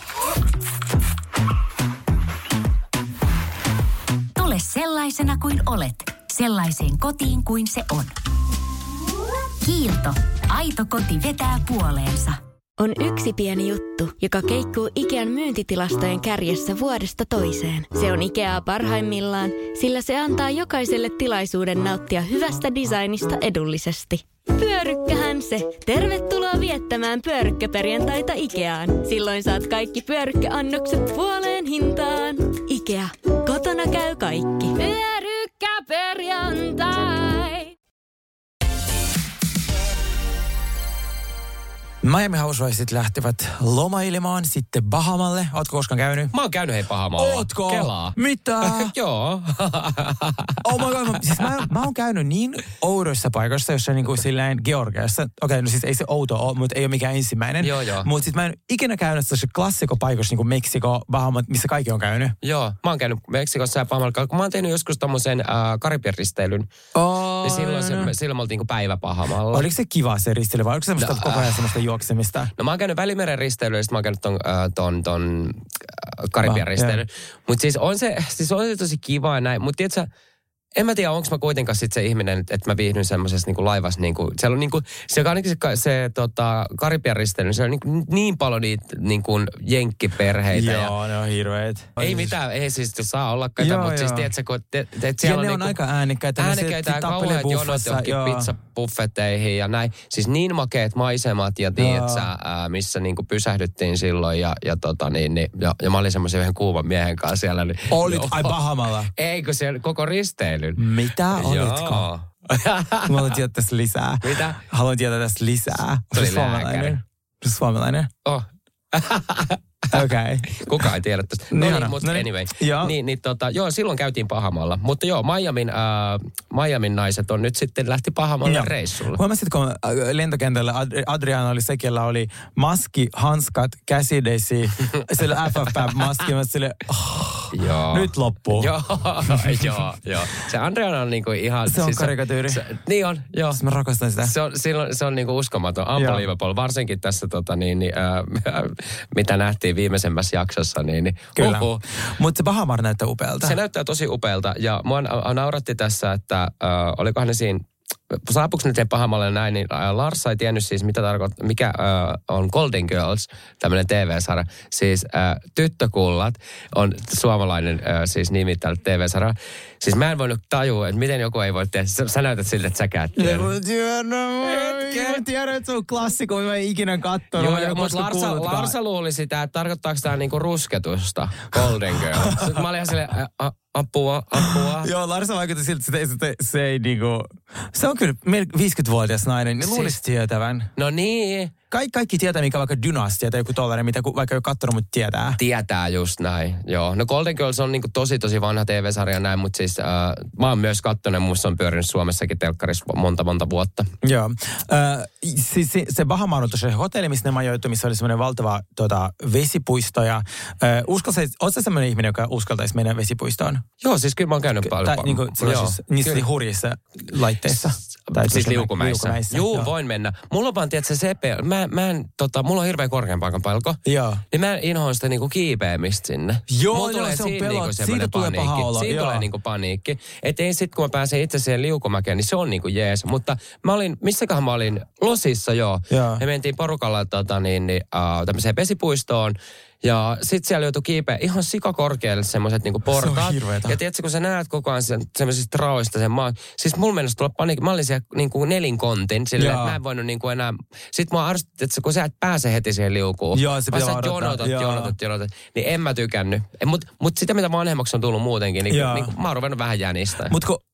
Tule sellaisena kuin olet, sellaiseen kotiin kuin se on. Kiilto. Aito koti vetää puoleensa. On yksi pieni juttu, joka keikkuu Ikean myyntitilastojen kärjessä vuodesta toiseen. Se on Ikeaa parhaimmillaan, sillä se antaa jokaiselle tilaisuuden nauttia hyvästä designista edullisesti. Pyörykkähän se! Tervetuloa viettämään pyörykkäperjantaita Ikeaan. Silloin saat kaikki pyörykkäannokset puoleen hintaan. Ikea. Kotona käy kaikki. Pyörykkäperjantai! Miami Housewiveit lähtivät lomailemaan sitten Bahamalle. Ootko koskaan käynyt? Mä oon käynyt hei Bahamalla. Ootko? Kelaa. Mitä? Joo. Oh my god. Mä, siis mä, mä oon käynyt niin oudoissa paikoissa, jossa niinku silleen Georgiassa. Okei, okay, no siis ei se outo ole, mutta ei ole mikään ensimmäinen. Joo, joo. Mutta sit mä en ikinä käynyt tässä klassikopaikoissa niinku Meksiko, Bahamat, missä kaikki on käynyt. Joo, mä oon käynyt Meksikossa ja Bahamalla. Mä oon tehnyt joskus tommosen äh, Karibian risteilyn. Oh, niin silloin, se, silloin me oltiin niinku päivä Bahamalla. Oliko se kiva se risteily vai oliko se semmoista no, koko ajan semmoista juoksemista? No mä oon käynyt Välimeren risteilyä ja sit mä oon käynyt ton, äh, ton, ton äh, Karibian ah, risteilyn. Mutta siis on se, siis on se tosi kiva ja näin. Mutta tiedätkö, en mä tiedä, onko mä kuitenkaan sit se ihminen, että et mä viihdyn semmoisessa niinku laivassa. Niinku, siellä on niinku, se, ainakin se, se tota, Karibian risteily, siellä on niinku, niin paljon niitä niinku, jenkkiperheitä. Joo, ja, ne on hirveet. Ei mitään, ei siis saa olla kaita, mutta siis tiedätkö, kun te, te, siellä ja on, ne on niinku, aika äänekkäitä. Äänekkäitä ja kauheat jonot johonkin pizzabuffeteihin ja näin. Siis niin makeat maisemat ja tiedätkö, ää, missä niinku pysähdyttiin silloin ja, ja, tota, niin, niin, ja, ja mä olin semmoisen yhden kuuman miehen kanssa siellä. Niin, olit ai Bahamalla? Ei, kun siellä koko risteily. Mitä? Olitko? Mä haluan tietää tästä lisää. Mitä? Haluan tietää tästä lisää. Se oli suomalainen. Se suomalainen? Oh. Okei. Okay. Kukaan ei tiedä tästä. No niin, mutta no niin. anyway. Joo. Niin, niin, tota, joo, silloin käytiin Bahamalla. Mutta joo, Miamin, äh, Miamin naiset on nyt sitten lähti Bahamalle no. reissulle. Huomasitko, kun lentokentällä Adriana oli se, kellä oli maski, hanskat, käsidesi, sille F F P-maski, mä sille, oh, joo. Nyt loppuu. Joo, joo, joo. Se Adriana on niinku ihan... Se on siis karikatyyri. Se, niin on, joo. Mä rakastan sitä. Se on, silloin, se on niinku uskomaton, unbelievable. Varsinkin tässä, tota, niin, niin, äh, mitä nähtiin viimeisemmässä jaksossa. Niin, niin, kyllä. Mutta se Bahamar näyttää upealta. Se näyttää tosi upealta. Ja mua nauratti tässä, että äh, olikohan ne siinä... Saapuiko ne Bahamalle näin, niin Lars ei tiennyt siis, mitä tarkoittaa, mikä äh, on Golden Girls, tämmöinen T V-sarja. Siis äh, Tyttökullat on suomalainen äh, siis nimi tällä T V-sarjalla. Siis mä en voinut tajua, että miten joku ei voi tehdä. Sä, sä näytät siltä, että säkään et tiedä. Mä tiedän, mä tiedän, että se on klassikko, mä en ikinä katsonut. Joo, joo mutta Larsa, Larsa luuli sitä, että tarkoittaako tämä niinku rusketusta, Golden Girl. Sitten mä olin ihan silleen, apua, apua. Joo, Larsa vaikutti siltä, että se, se ei niinku... Se on kyllä viisikymmentävuotias nainen, niin luulisi siis, tietävän. No niin. Kaikki, kaikki tietää, mikä vaikka Dynastia tai joku tollainen, mitä vaikka ei ole katsonut, mutta tietää. Tietää just näin, joo. No Golden Girls on niinku tosi tosi vanha T V-sarja näin, mutta siis äh, mä oon myös katsonut, musta on pyörinyt Suomessakin telkkarissa monta monta vuotta. Joo. Äh, siis se, se Bahamar on tosiaan hotelli, missä ne majoittui, missä oli semmoinen valtava tota, vesipuisto. Ja äh, uskaltaisi, ootko sä semmoinen ihminen, joka uskaltaisi mennä vesipuistoon? Joo, siis kyllä mä oon käynyt paljon. Tai niinku sellaisissa, niissä hurjissa laitteissa. Tai siis liukumäissä. liukumäissä. Juu, joo. Voin mennä. Mulla on vaan, tiedätkö, se C P, mä, mä en, tota, mulla on hirveän korkean paikan pelko. Joo. Niin mä inhoan sitä niinku kiipeämistä sinne. Joo, mulla joo, tulee se on siinä pelot. niinku Siitä tulee paniikki. paha olo. Siitä joo. tulee niinku paniikki. Että ei sit, kun mä pääsen itse siihen liukumäkeen, niin se on niinku jees. Mutta mä olin, missäköhän mä olin? Losissa, joo. joo. Me mentiin porukalla tota, niin, niin, uh, tämmöiseen vesipuistoon. Ja sit siellä joutui kiipeä ihan sikakorkealle semmoiset niinku portaat. Se on hirveetä. Ja tiedätkö, kun sä näet koko ajan sen, semmoisista raoista sen maan. Siis mulla mennessä tulla paniikki. Mä olin siellä niinku nelinkontin. Silleen, mä en voinut niinku enää. Sit mua arvosti, että kun sä et pääse heti siihen liukuun. Joo, se pitää odottaa. Jonotat, jonotat, jonotat. Niin en mä tykännyt. Mut, mut sitä, mitä vanhemmaksi on tullut muutenkin, niin, niin mä oon ruvennut vähän jänistä. Mut kun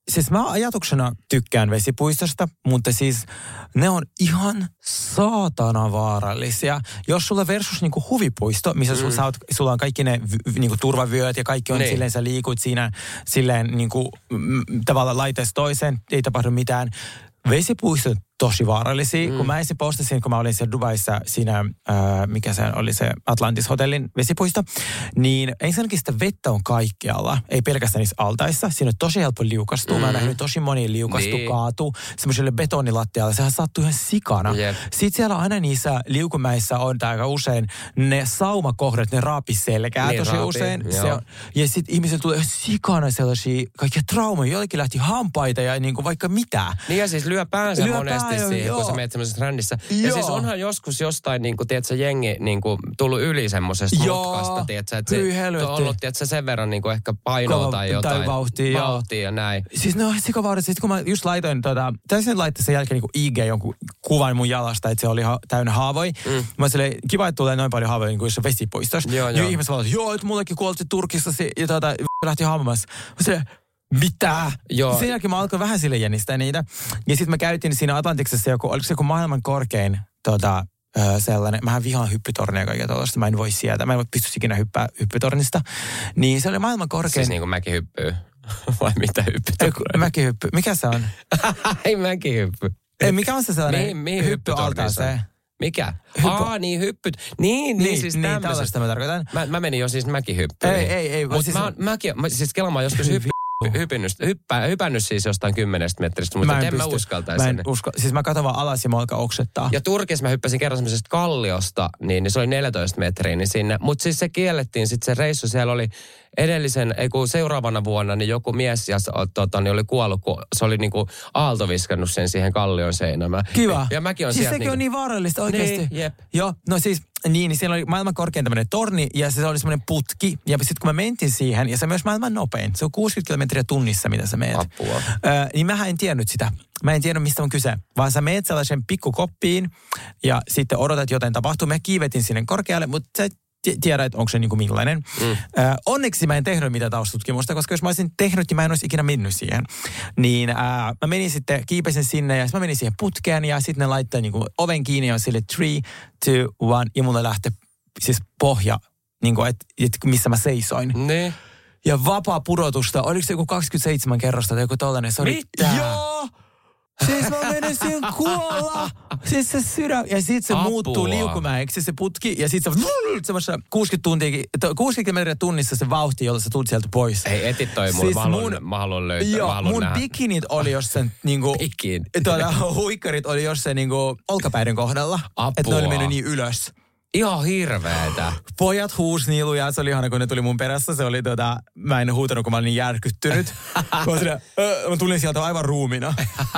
siis mä ajatuksena tykkään vesipuistosta, mutta siis ne on ihan saatana vaarallisia. Jos sulla versus niinku huvipuisto, missä mm. sulla, sulla on kaikki ne v, niinku turvavyöt ja kaikki on niin. Silleen, sä liikut siinä silleen niinku m, tavallaan laiteessa toiseen, ei tapahdu mitään. Vesipuisto tosi vaarallisia. Mm. Kun mä ensin postasin, kun mä olin siellä Dubaissa siinä, ää, mikä se oli se Atlantis-hotellin vesipuisto, niin ensinnäkin sitä vettä on kaikkialla, ei pelkästään niissä altaissa. Siinä on tosi helppo liukastua. Mm. Mä oon nähnyt tosi moni liukastu, niin. Kaatu semmoiselle betonilattialle. Sehän sattuu ihan sikana. Yep. Sitten siellä aina niissä liukumäissä on aika usein ne saumakohdat, ne raapi selkää niin, tosi raapi, usein. Se on, ja sitten ihmisillä tulee sikana sellaisia kaikkia traumoja. Joillekin lähti hampaita ja niin kuin vaikka mitä. Niin ja siis lyö päänsä lyö monesti. Siihen, joo. Kun sä menet semmoisessa rännissä. Joo. Ja siis onhan joskus jostain, niin kuin, tiedätkö, jengi niin kuin, tullut yli semmoisesta mutkasta, tiedätkö, että se on ollut, tiedätkö, sen verran niin kuin, ehkä painoa Kova, tai jotain. Tai vauhtia, vauhtia ja näin. Siis ne on sikavaudessa. Sitten kun mä just laitoin, tota, täysin laittaa sen jälkeen niin I G jonkun kuvan mun jalasta, että se oli ha- täynnä haavoja. Mm. Mä silleen, kiva, että tulee noin paljon haavoja niin kuin jossain vesipuistossa. Joo, joo. Ihmiset vaan, joo, että mullekin kuolti Turkissa ja tota, lähti haamamassa. Mä silleen, mitä? Joo. Sen jälkeen mä alkoin vähän sille jännistää niitä. Ja sitten mä käytin siinä Atlantiksessa joku, oliko se joku maailman korkein tota, sellainen, mähän vihaan hyppytornia ja kaikkea tuollaista, mä en voi sieltä, mä en voi pysty ikinä hyppää hyppytornista. Niin se oli maailman korkein. Siis niin kuin mäkihyppyy? Vai mitä hyppytornia? Mäkihyppy, mikä se on? Ei mäkihyppy. Ei, mikä on se sellainen? Mihin, mihin hyppytornia se? Mikä? Hyppy. Aa, niin hyppyt. Niin, niin, niin siis niin, tämmöisestä mä tarkoitan. Mä, mä menin jo siis mäkihyppyyn. Ei, ei, ei. Mutta siis mä, mäkin, mä, siis Kelma joskus hyppy. Hypinnyt, hyppää, hypännyt siis jostain kymmenestä metristä, mutta mä en, en mä uskaltaisi. Mä en usko, siis mä katson vaan alas ja mä alkaa oksettaa. Ja Turkissa mä hyppäsin kerran semmoisesta kalliosta, niin, niin se oli neljätoista metriä, niin sinne. Mutta siis se kiellettiin, sitten se reissu, siellä oli edellisen, ei kun seuraavana vuonna, niin joku mies ja, tota, niin oli kuollut, kun se oli niinku aalto viskannut sen siihen kallion seinämään. Kiva. Ja mäkin on siis sieltä sekin niinku... on niin vaarallista oikeasti. Niin, jep. Joo, no siis niin, niin siellä oli maailman korkein tämmöinen torni ja se oli semmoinen putki. Ja sitten kun mä mentin siihen, ja se on myös maailman nopein. Se on kuusikymmentä kilometriä tunnissa, mitä sä meet. Apua. Öö, niin mähän en tiennyt sitä. Mä en tiennyt, mistä on kyse. Vaan sä meet sellaisen pikkukoppiin ja sitten odotat jotain tapahtuu. Mä kiivetin sinne korkealle, mutta sä tiedä, että onko se niin kuin millainen. Mm. Äh, onneksi mä en tehnyt mitään taustutkimusta, koska jos mä olisin tehnyt, niin mä en olisi ikinä mennyt siihen. Niin äh, mä menin sitten, kiipesin sinne ja sitten mä menin siihen putkeen ja sitten ne laittaa niin kuin oven kiinni ja on sille three, two, one ja mulla lähtee siis pohja, niin kuin, et, et, missä mä seisoin. Ne. Ja vapaa pudotusta, oliko se joku kaksikymmentäseitsemän kerrosta tai joku tollainen? Se oli, mitä? Joo! Siis mä menin siihen kuolla. Siis se sydän. Ja sit se Apua. muuttuu liukumäeksi se putki. Ja sit se semmoista kuusikymmentä tuntia, kuusikymmentä metriä tunnissa se vauhti, jolla sä tulet sieltä pois. Ei etitoi mulle, siis mä, haluan, mun, mä haluan löytää. Joo, mä haluan mun nähdä. bikinit oli jossain niinku... Bikin. Tuolla huikkarit oli jossain niinku olkapäiden kohdalla. Apua. Että ne oli mennyt niin ylös. Ihan hirveetä. Pojat huus niiluja, se oli ihana, kun ne tuli mun perässä. Se oli tota, mä en huutanut, kun mä olin niin järkyttynyt. mä, sinne, äh, mä tulin sieltä aivan ruumina.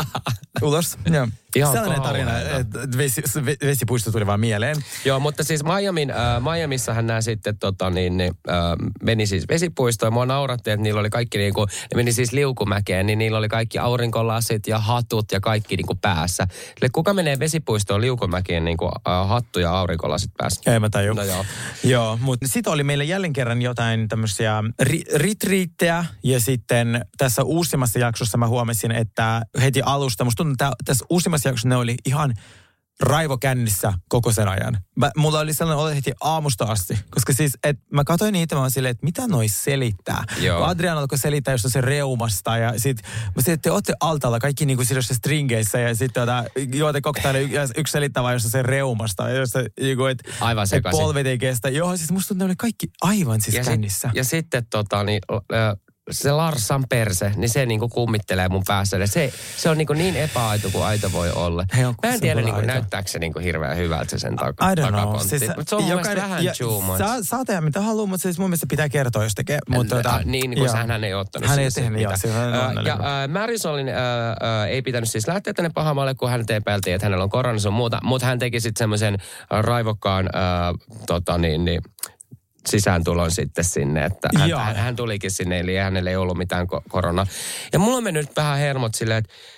Ulos. Joo. Ihan sellainen tarina, että vesi, vesipuisto tuli vaan mieleen. Joo, mutta siis Miamin, äh, Miamissahan nämä sitten tota, niin, niin, äh, meni siis vesipuistoon. Mua nauratti, että niillä oli kaikki, niin kuin, ne meni siis liukumäkeen, niin niillä oli kaikki aurinkolasit ja hatut ja kaikki niin kuin päässä. Eli kuka menee vesipuistoon liukumäkeen niin kuin, äh, hattu ja aurinkolasit päässä? Ei mä tajun. No joo. Joo, mutta sitten oli meillä jälleen kerran jotain tämmöisiä ri- ritriittejä ja sitten tässä uusimmassa jaksossa mä huomasin, että heti alusta, musta tuntuu, että tässä uusimmassa jaksossa ne oli ihan raivokännissä koko sen ajan. Mä, mulla oli sellainen olo heti aamusta asti, koska siis, että mä katsoin niitä, mä oon silleen, että mitä noi selittää. Joo. Adrian alkoi selittää jostain se reumasta ja sit mä sanoin, että te ootte altalla kaikki niinku sidosissa stringeissä ja sitten tota, juote koktaili yksi selittää vaan jostain se reumasta. Jostain, niinku, et, aivan sekaisin. Et polvet ei kestä. Joo, siis musta tuntuu, ne oli kaikki aivan siis ja kännissä. Sit, ja sitten tota niin... Äh, se Larsan perse, niin se niinku kummittelee mun päässä. Se, se on niinku niin epäaito kuin aito voi olla. Hei, mä en tiedä, niinku, näyttääkö se niinku hirveän hyvältä se sen taka, I don't know. Siis, mutta se on mun mielestä vähän too much. Saa, saa tehdä mitä haluaa, mutta siis mun mielestä pitää kertoa, jos tekee. Mutta, äh, tota, niin, niin kuin hän ei ottanut. Hän ei tehnyt, joo. Äh, ja äh, Marisolin äh, äh, ei pitänyt siis lähteä tänne Pahamalle, kun hän epäiltiin, että hänellä on korona sun muuta. Mutta hän teki sitten semmoisen äh, raivokkaan äh, tota niin, niin sisääntulon sitten sinne, että hän, hän, hän tulikin sinne, eli hänellä ei ollut mitään ko- koronaa. Ja mulla on mennyt vähän hermot silleen, että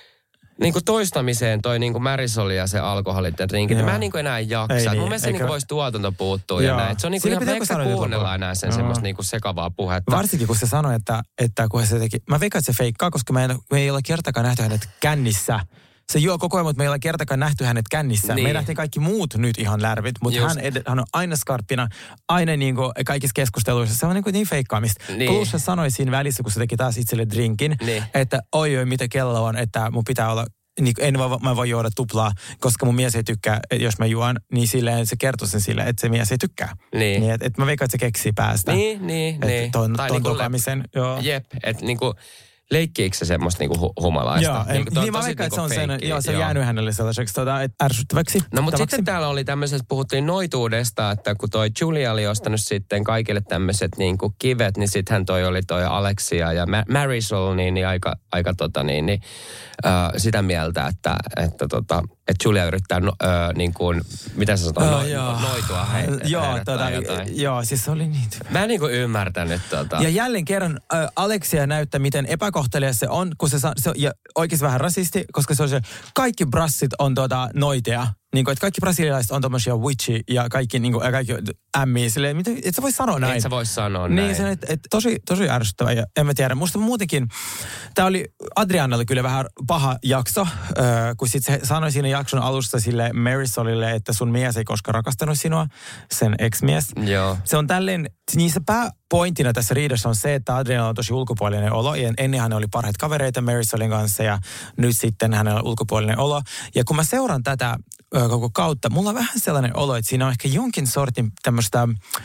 niin kuin toistamiseen toi niin kuin Marisol ja se alkoholit ja drinkit, niin mä en niin kuin enää jaksa. Ei, niin. Mun mielestä niin voisi tuotanto puuttua ja näin. Se on niin kuin ihan veikka kuunnellaan enää sen semmoista niin kuin sekavaa puhetta. Varsinkin kun se sanoi, että, että kun se teki, mä veikkaan, että se feikkaa, koska me ei, me ei ole kertakaan nähty hänet kännissä. Se juo koko ajan, mutta me ei ole kertakaan nähty hänet kännissä. Niin. Me nähtiin kaikki muut nyt ihan lärvit, mutta hän, ed- hän on aina skarppina, aina niin kuin kaikissa keskusteluissa. Se on niin, kuin niin feikkaamista. Niin. Plus se sanoi siinä välissä, kun se teki taas itselle drinkin, niin. että oi oi, mitä kello on, että mun pitää olla, niin, en voi, mä voi juoda tuplaa, koska mun mies ei tykkää, jos mä juon, niin silleen se kertoo sen silleen, että se mies ei tykkää. Niin. niin että et mä veikkaan, että se keksii päästä. Niin, niin, niin. Ton, ton niin tokaamisen, joo. Jep, että niinku... Leikkiikö se semmoista niinku hu- humalaista? Joo, niin, niin mä veikkaan, että se on sen, joo, se on jäänyt hänelle sellaiseksi tota, ärsyttäväksi. No mutta sitten täällä oli tämmöisestä, puhuttiin noituudesta, että kun toi Julia oli ostanut sitten kaikille tämmöiset niinku kivet, niin sittenhän toi oli toi Alexia ja Ma- Marisol, niin, niin aika, aika tota niin, niin äh, sitä mieltä, että, että tota, että Julia yrittää no, äh, niin kuin, mitä sä sanot, no, no, noitua he, joo, tota, joo, siis se oli niitä. Mä en niin kuin ymmärtänyt tota. Ja jälleen kerran äh, Alexia näyttää, miten epäkohtelias se on, kun se, se on ja oikeasti vähän rasisti, koska se on se, kaikki brassit on tota, noitea. Niin kuin, että kaikki brasilialaiset on tommosia witchy ja kaikki, niin kuin, kaikki ämmiä. Silleen, mitä, et sä voi sanoa näin. Et sä voi sanoa niin, näin. Niin, se, et, et, tosi, tosi ärsyttävä ja en mä tiedä. Musta muutenkin, tää oli, Adrianalle kyllä vähän paha jakso, äh, kun sit se sanoi siinä jakson alussa sille Marisolille, että sun mies ei koskaan rakastanut sinua, sen ex-mies. Joo. Se on tälleen, niin se pääpointtina tässä riidassa on se, että Adriana on tosi ulkopuolinen olo. Ja ennen hän oli parhaita kavereita Marisolin kanssa ja nyt sitten hänellä on ulkopuolinen olo. Ja kun mä seuraan tätä koko kautta, mulla on vähän sellainen olo, että siinä on ehkä jonkin sortin tämmöistä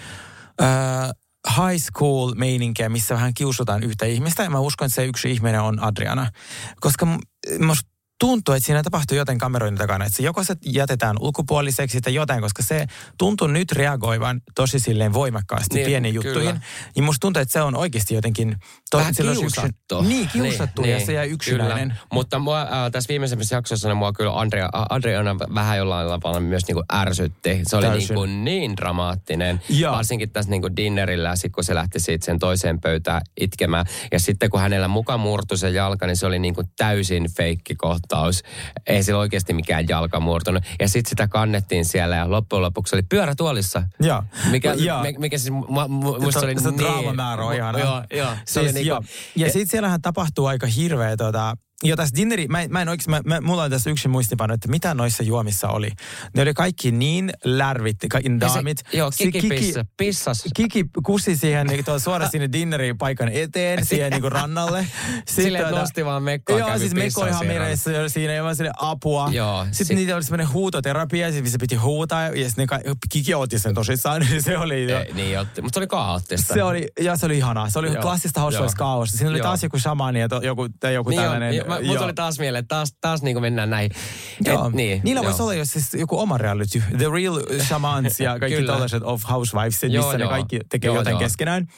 äh, high school meininkiä, missä vähän kiusataan yhtä ihmistä. Ja mä uskon, että se yksi ihminen on Adriana. Koska musta tuntuu, että siinä tapahtuu jotain kameroiden takana. Että se joko se jätetään ulkopuoliseksi tai jotain, koska se tuntuu nyt reagoivan tosi silleen voimakkaasti niin, pieniin juttuihin. Niin musta tuntuu, että se on oikeasti jotenkin... To, vähän kiusattu. Yksin, niin, kiusattu niin, ja niin, se jäi yksinäinen. Kyllä. Mutta mua, äh, tässä viimeisemmässä jaksossa mua kyllä Andrea, Adriana vähän jollain tavalla myös niinku ärsytti. Se oli niinku niin dramaattinen. Ja. Varsinkin tässä niinku dinnerillä, kun se lähti siitä sen toiseen pöytään itkemään. Ja sitten kun hänellä muka murtui se jalka, niin se oli niinku täysin feikki kohtaus. Ei sillä oikeasti mikään jalka murtunut. Ja sitten sitä kannettiin siellä ja loppujen lopuksi oli pyörätuolissa. Joo. Mikä, ja. mikä siis mu, mu, musta oli se niin... draamamäärä on ihana. Joo, joo. Se siis, niin kuin, ja sitten siellähän tapahtuu aika hirveä tota, ja tässä dinneri, mä, mä en oikein, mä, mä, mulla on tässä yksi muistipano, että mitä noissa juomissa oli. Ne oli kaikki niin lärvit, kaikki daamit. Se, joo, Kiki, Kiki pissa, pissas. Kiki kusi siihen niin, suoraan sinne dinneriin paikan eteen, siihen niin kuin rannalle. Silleen tuota, nosti vaan mekkoa, joo, siis mekko ihan mireessä siinä, ja vaan sille apua. Joo. Sitten sit, niitä oli semmoinen huutoterapia, siis se piti huutaa, ja sitten ne, Kiki otti sen tosissaan, se oli jo. Ei, niin otti, mutta se oli kaoottista. Se oli, ja se oli ihanaa. Se oli joo, klassista Housewives-kaaosta. Siinä oli taas joku shamani ja to, joku, joku niin tällainen. Mä, mun tuli taas mieleen, että taas, taas niin kuin mennään näihin. Joo. Et, niin, niillä voisi olla jos siis joku oma reality. The Real Shamans ja kaikki tällaiset of Housewives, missä joo, ne joo. kaikki tekee joo, jotain joo. keskenään.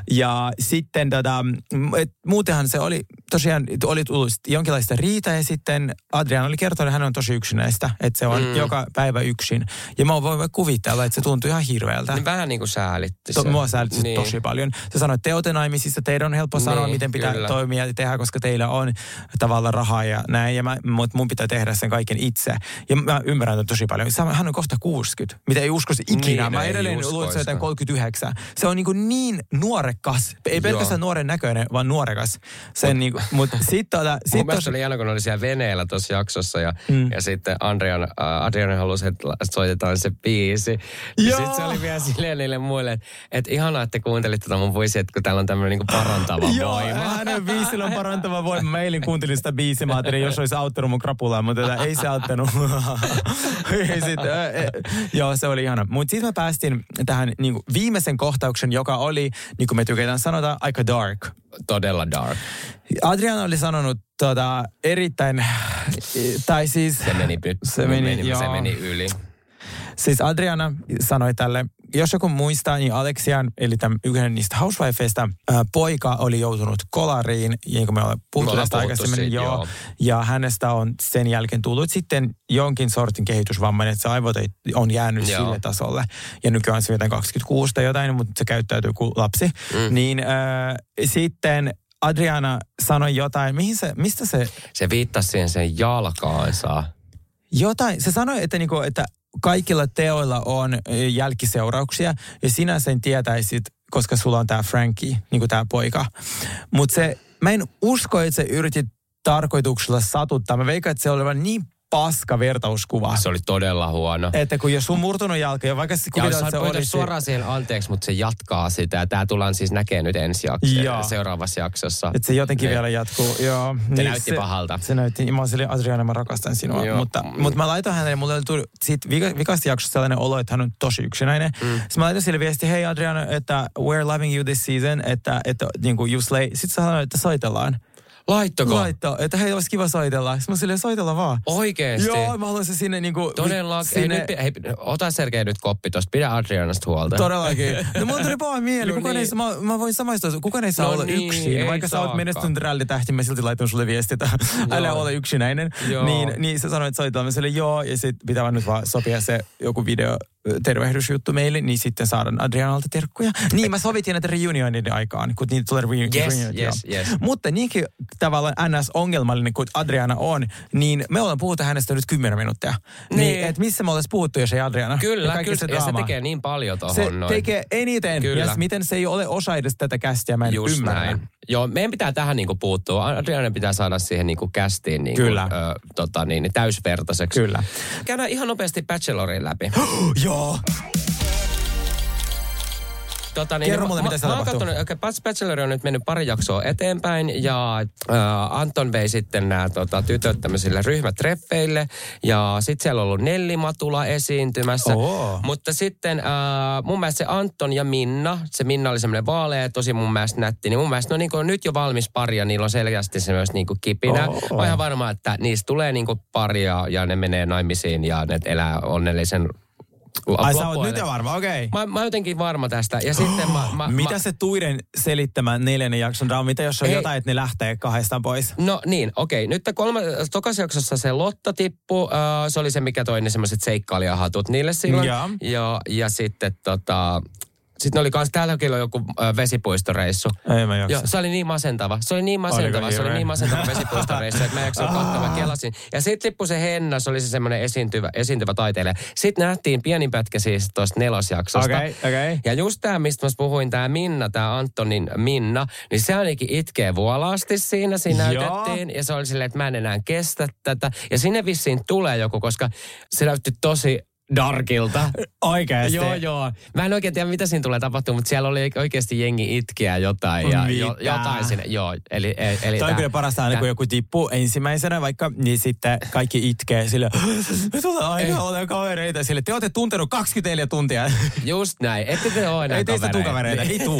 Ja sitten tota, et, muutenhan se oli tosiaan, oli tullut jonkinlaista riitä ja sitten Adriana oli kertonut, että hän on tosi yksinäistä. Että se on mm. joka päivä yksin. Ja mä voin kuvitella, että se tuntui ihan hirveältä. Niin vähän niin kuin säälitti se. To, mua säälitti niin. tosi paljon. Se sanoi, että te olette naimisissa, teidän on helppo sanoa, niin, miten pitää kyllä. toimia ja tehdä, koska teillä on tavallaan rahaa ja näin. Ja mä, mun pitää tehdä sen kaiken itse. Ja mä ymmärrän tosi paljon. Hän on kohta kuusikymmentä, mitä ei uskoisi ikinä. Niin, mä edelleen luulen, että se on jotain kolmekymmentäyhdeksän. Se on niin, kuin niin nuorekas. Ei pelkästään nuoren näköinen, vaan nuorekas. Sen niin kuin, mutta sitten tota, sit mun mielestä oli jännä, kun oli siellä veneellä tuossa jaksossa ja, mm. ja sitten Adrian, äh, Adrian halusi, että soitetaan se biisi. Ja sitten se oli vielä silleen niille muille, että et ihanaa, että kuuntelit tätä mun biisiä, että kun täällä on tämmöinen niin parantava voima. Joo, hänen biisillä on parantava voima. Mä eilen kuuntelin sitä biisiä, mä ajattelin, jos olisi auttanut mun krapulaa, mutta tätä ei se auttanut. sit, äh, joo, se oli ihana. Mutta sitten mä päästin tähän niin kuin viimeisen kohtauksen, joka oli, niin kuin me tykätään sanota, aika dark. Todella dark. Adriana oli sanonut tota, erittäin, tai siis... Se meni, se meni, meni, se meni yli. Siis Adriana sanoi tälle, jos joku muistaa, niin Alexian, eli tämän yhden niistä housewifeista, ää, poika oli joutunut kolariin, niin kuin me ollaan puhuttu tästä aikaisemmin, siitä, joo, joo. Ja hänestä on sen jälkeen tullut sitten jonkin sortin kehitysvammainen, että se aivot on jäänyt joo. sille tasolle. Ja nykyään se jotain kaksikymmentäkuusi tai jotain, mutta se käyttäytyy kuin lapsi. Mm. Niin ää, sitten Adriana sanoi jotain, mihin se, mistä se... Se viittasi siihen sen jalkaansa. Jotain, se sanoi, että, niinku, että kaikilla teoilla on jälkiseurauksia ja sinä sen tietäisit, koska sulla on tää Frankie, niinku tää poika. Mutta se, mä en usko, että se yritit tarkoituksella satuttaa. Mä veikkaan, että se oli niin paska vertauskuva. Se oli todella huono. Että kun jos on murtunut jalka, ja vaikka se kuvitellaan, että se oli... suoraan siihen anteeksi, mutta se jatkaa sitä. Tää tullaan siis näkemään nyt ensi jakso, seuraavassa jaksossa. Että se jotenkin ne. vielä jatkuu. Joo. Se niin näytti se, pahalta. Se näytti, mä olin Adriana, mä rakastan sinua. Joo. Mutta, mm. mutta mä laitoin hänelle, mulle tuli siitä vikasta jaksossa sellainen olo, että hän on tosi yksinäinen. Mm. Sitten mä laitoin sille viesti, hei Adriana, että we're loving you this season, että, että niin kuin you slay. Sitten sanoin, että soitellaan. Laittako? Laitto, että hei, olisi kiva soitella. Sitten mä silleen, soitella vaan. Oikeesti? Joo, mä haluaisin sinne niinku... Todellakin. Sinne... Hei, hei, ota Sergei nyt koppi tosta. Pidä Adrianasta huolta. Todellakin. No mulla tuli vaan mieli. No kukaan niin. ei, mä, mä voin samaistua. Kukaan ei saa no olla niin, yksin. Vaikka sä oot menestynyt rallitähti, mä silti laitan sulle viestitä. Älä ole yksinäinen. Niin, niin sä sanoit soitella. Mä silleen, joo. Ja sit pitää vaan nyt vaan sopia se joku video tervehdysjuttu meille, niin sitten saadaan Adrianalta terkkuja. Niin, mä sovitin näitä reunionin aikaan, kun niitä tulee reunionit. Yes, yes, yes. Mutta niinkin tavallaan N S-ongelmallinen kuin Adriana on, niin me ollaan puhuttu hänestä nyt kymmenen minuuttia. Niin, niin että missä me oltaisiin puhuttu, jos ei Adriana? Kyllä, ja kyllä. Se, ja se tekee niin paljon tohon se noin. Se tekee eniten. Kyllä. Ja miten se ei ole osa edes tätä kästiä, mä en Just ymmärrä. Näin. Joo, meidän pitää tähän niinku puuttua. Adriana pitää saada siihen niinku kästiin niinku, Kyllä. Ö, tota niin, täysvertaiseksi. Kyllä. Käydään ihan nopeasti Bachelorin läpi. Joo. Tota, niin, Kerro niin, mulle, mä, mitä se mä tapahtuu. Katsonut, okay, Bachelor on nyt mennyt pari jaksoa eteenpäin ja äh, Anton vei sitten nämä tota, tytöt tämmöisille ryhmätreffeille ja sitten siellä on ollut Nelli Matula esiintymässä. Oh. Mutta sitten äh, mun mielestä se Anton ja Minna, se Minna oli semmoinen vaalea, tosi mun mielestä nätti, niin mun mielestä no, niin kuin, nyt jo valmis pari ja niillä on selkeästi se myös niin kuin kipinä. Oh. Mä oon ihan varma, että niistä tulee niin kuin paria ja ne menee naimisiin ja ne elää onnellisen Ai sä oot nyt jo varma, okei. Okay. Mä, mä jotenkin varma tästä. Ja sitten mä, mä, mitä mä... se Tuiden selittämä neljännen jakson draama? Mitä jos on Ei. jotain, että ne lähtee kahdestaan pois? No niin, okei. Okay. Nyt kolme, tokas jaksossa se Lotta tippui. Uh, se oli se, mikä toi ne semmoiset seikkailijahatut niille silloin. Ja, ja, ja sitten tota... Sitten oli kans, täälläkin on joku äh, vesipuistoreissu. Ei mä jaksa. Joo, se oli niin masentava. Se oli niin masentava, Oliko se oli niin masentava vesipuistoreissu, että mä en jaksanut katsoa, mä kelasin. Ja sitten lippui se Henna, se oli se semmoinen esiintyvä, esiintyvä taiteilija. Sitten nähtiin pieni pätkä siis tuosta nelosjaksosta. Okei, okay, okei. Okay. Ja just tää, mistä mä puhuin, tää Minna, tää Antonin Minna, niin se ainakin itkee vuolaasti siinä, siinä näytettiin. Ja se oli silleen, että mä en enää kestä tätä. Ja sinne vissiin tulee joku, koska se näytti tosi darkilta. Oikeasti? Joo, joo. Mä en oikein tiedä, mitä siinä tulee tapahtua, mutta siellä oli oikeasti jengi itkeä jotain ja jo, jotain sinne. Joo, eli... eli toi on kyllä parasta aina, kun joku tippuu ensimmäisenä vaikka, niin sitten kaikki itkee sille, me tullaan aina olemaan kavereita. Sille, te olette tuntenut kaksikymmentäneljä tuntia. Just näin. Ette te ole enää ei teistä tuu kavereita, ei tuu.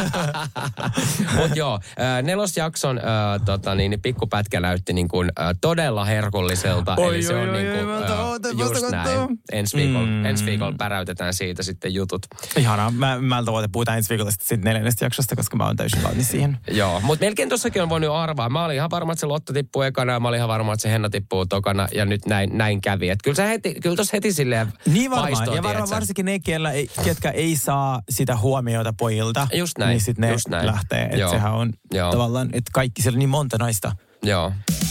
Mutta joo, nelosjakson tota, niin, pikkupätkä näytti niin kuin, todella herkulliselta. Oi, eli se oi, on oi, niin kuin, oi, just näin. Ensi viikolla, mm. ensi viikolla päräytetään siitä sitten jutut. Ihanaa. Mä, mä tavoite puhutaan ensi viikolla sitten neljännestä jaksosta, koska mä oon täysin valmis siihen. Joo, mutta melkein tossakin on voinut arvaa. Mä olin ihan varma, että se Lotta tippuu ekana ja mä olin ihan varma, että se Henna tippuu tokana ja nyt näin, näin kävi. Et kyllä, heti, kyllä tossa heti silleen niin varmaan. Ja varmaan varsinkin ne, ei, ketkä ei saa sitä huomiota pojilta. Just näin. Niin sitten ne just näin. lähtee. Että sehän on Joo. tavallaan, että kaikki siellä on niin monta naista. Joo.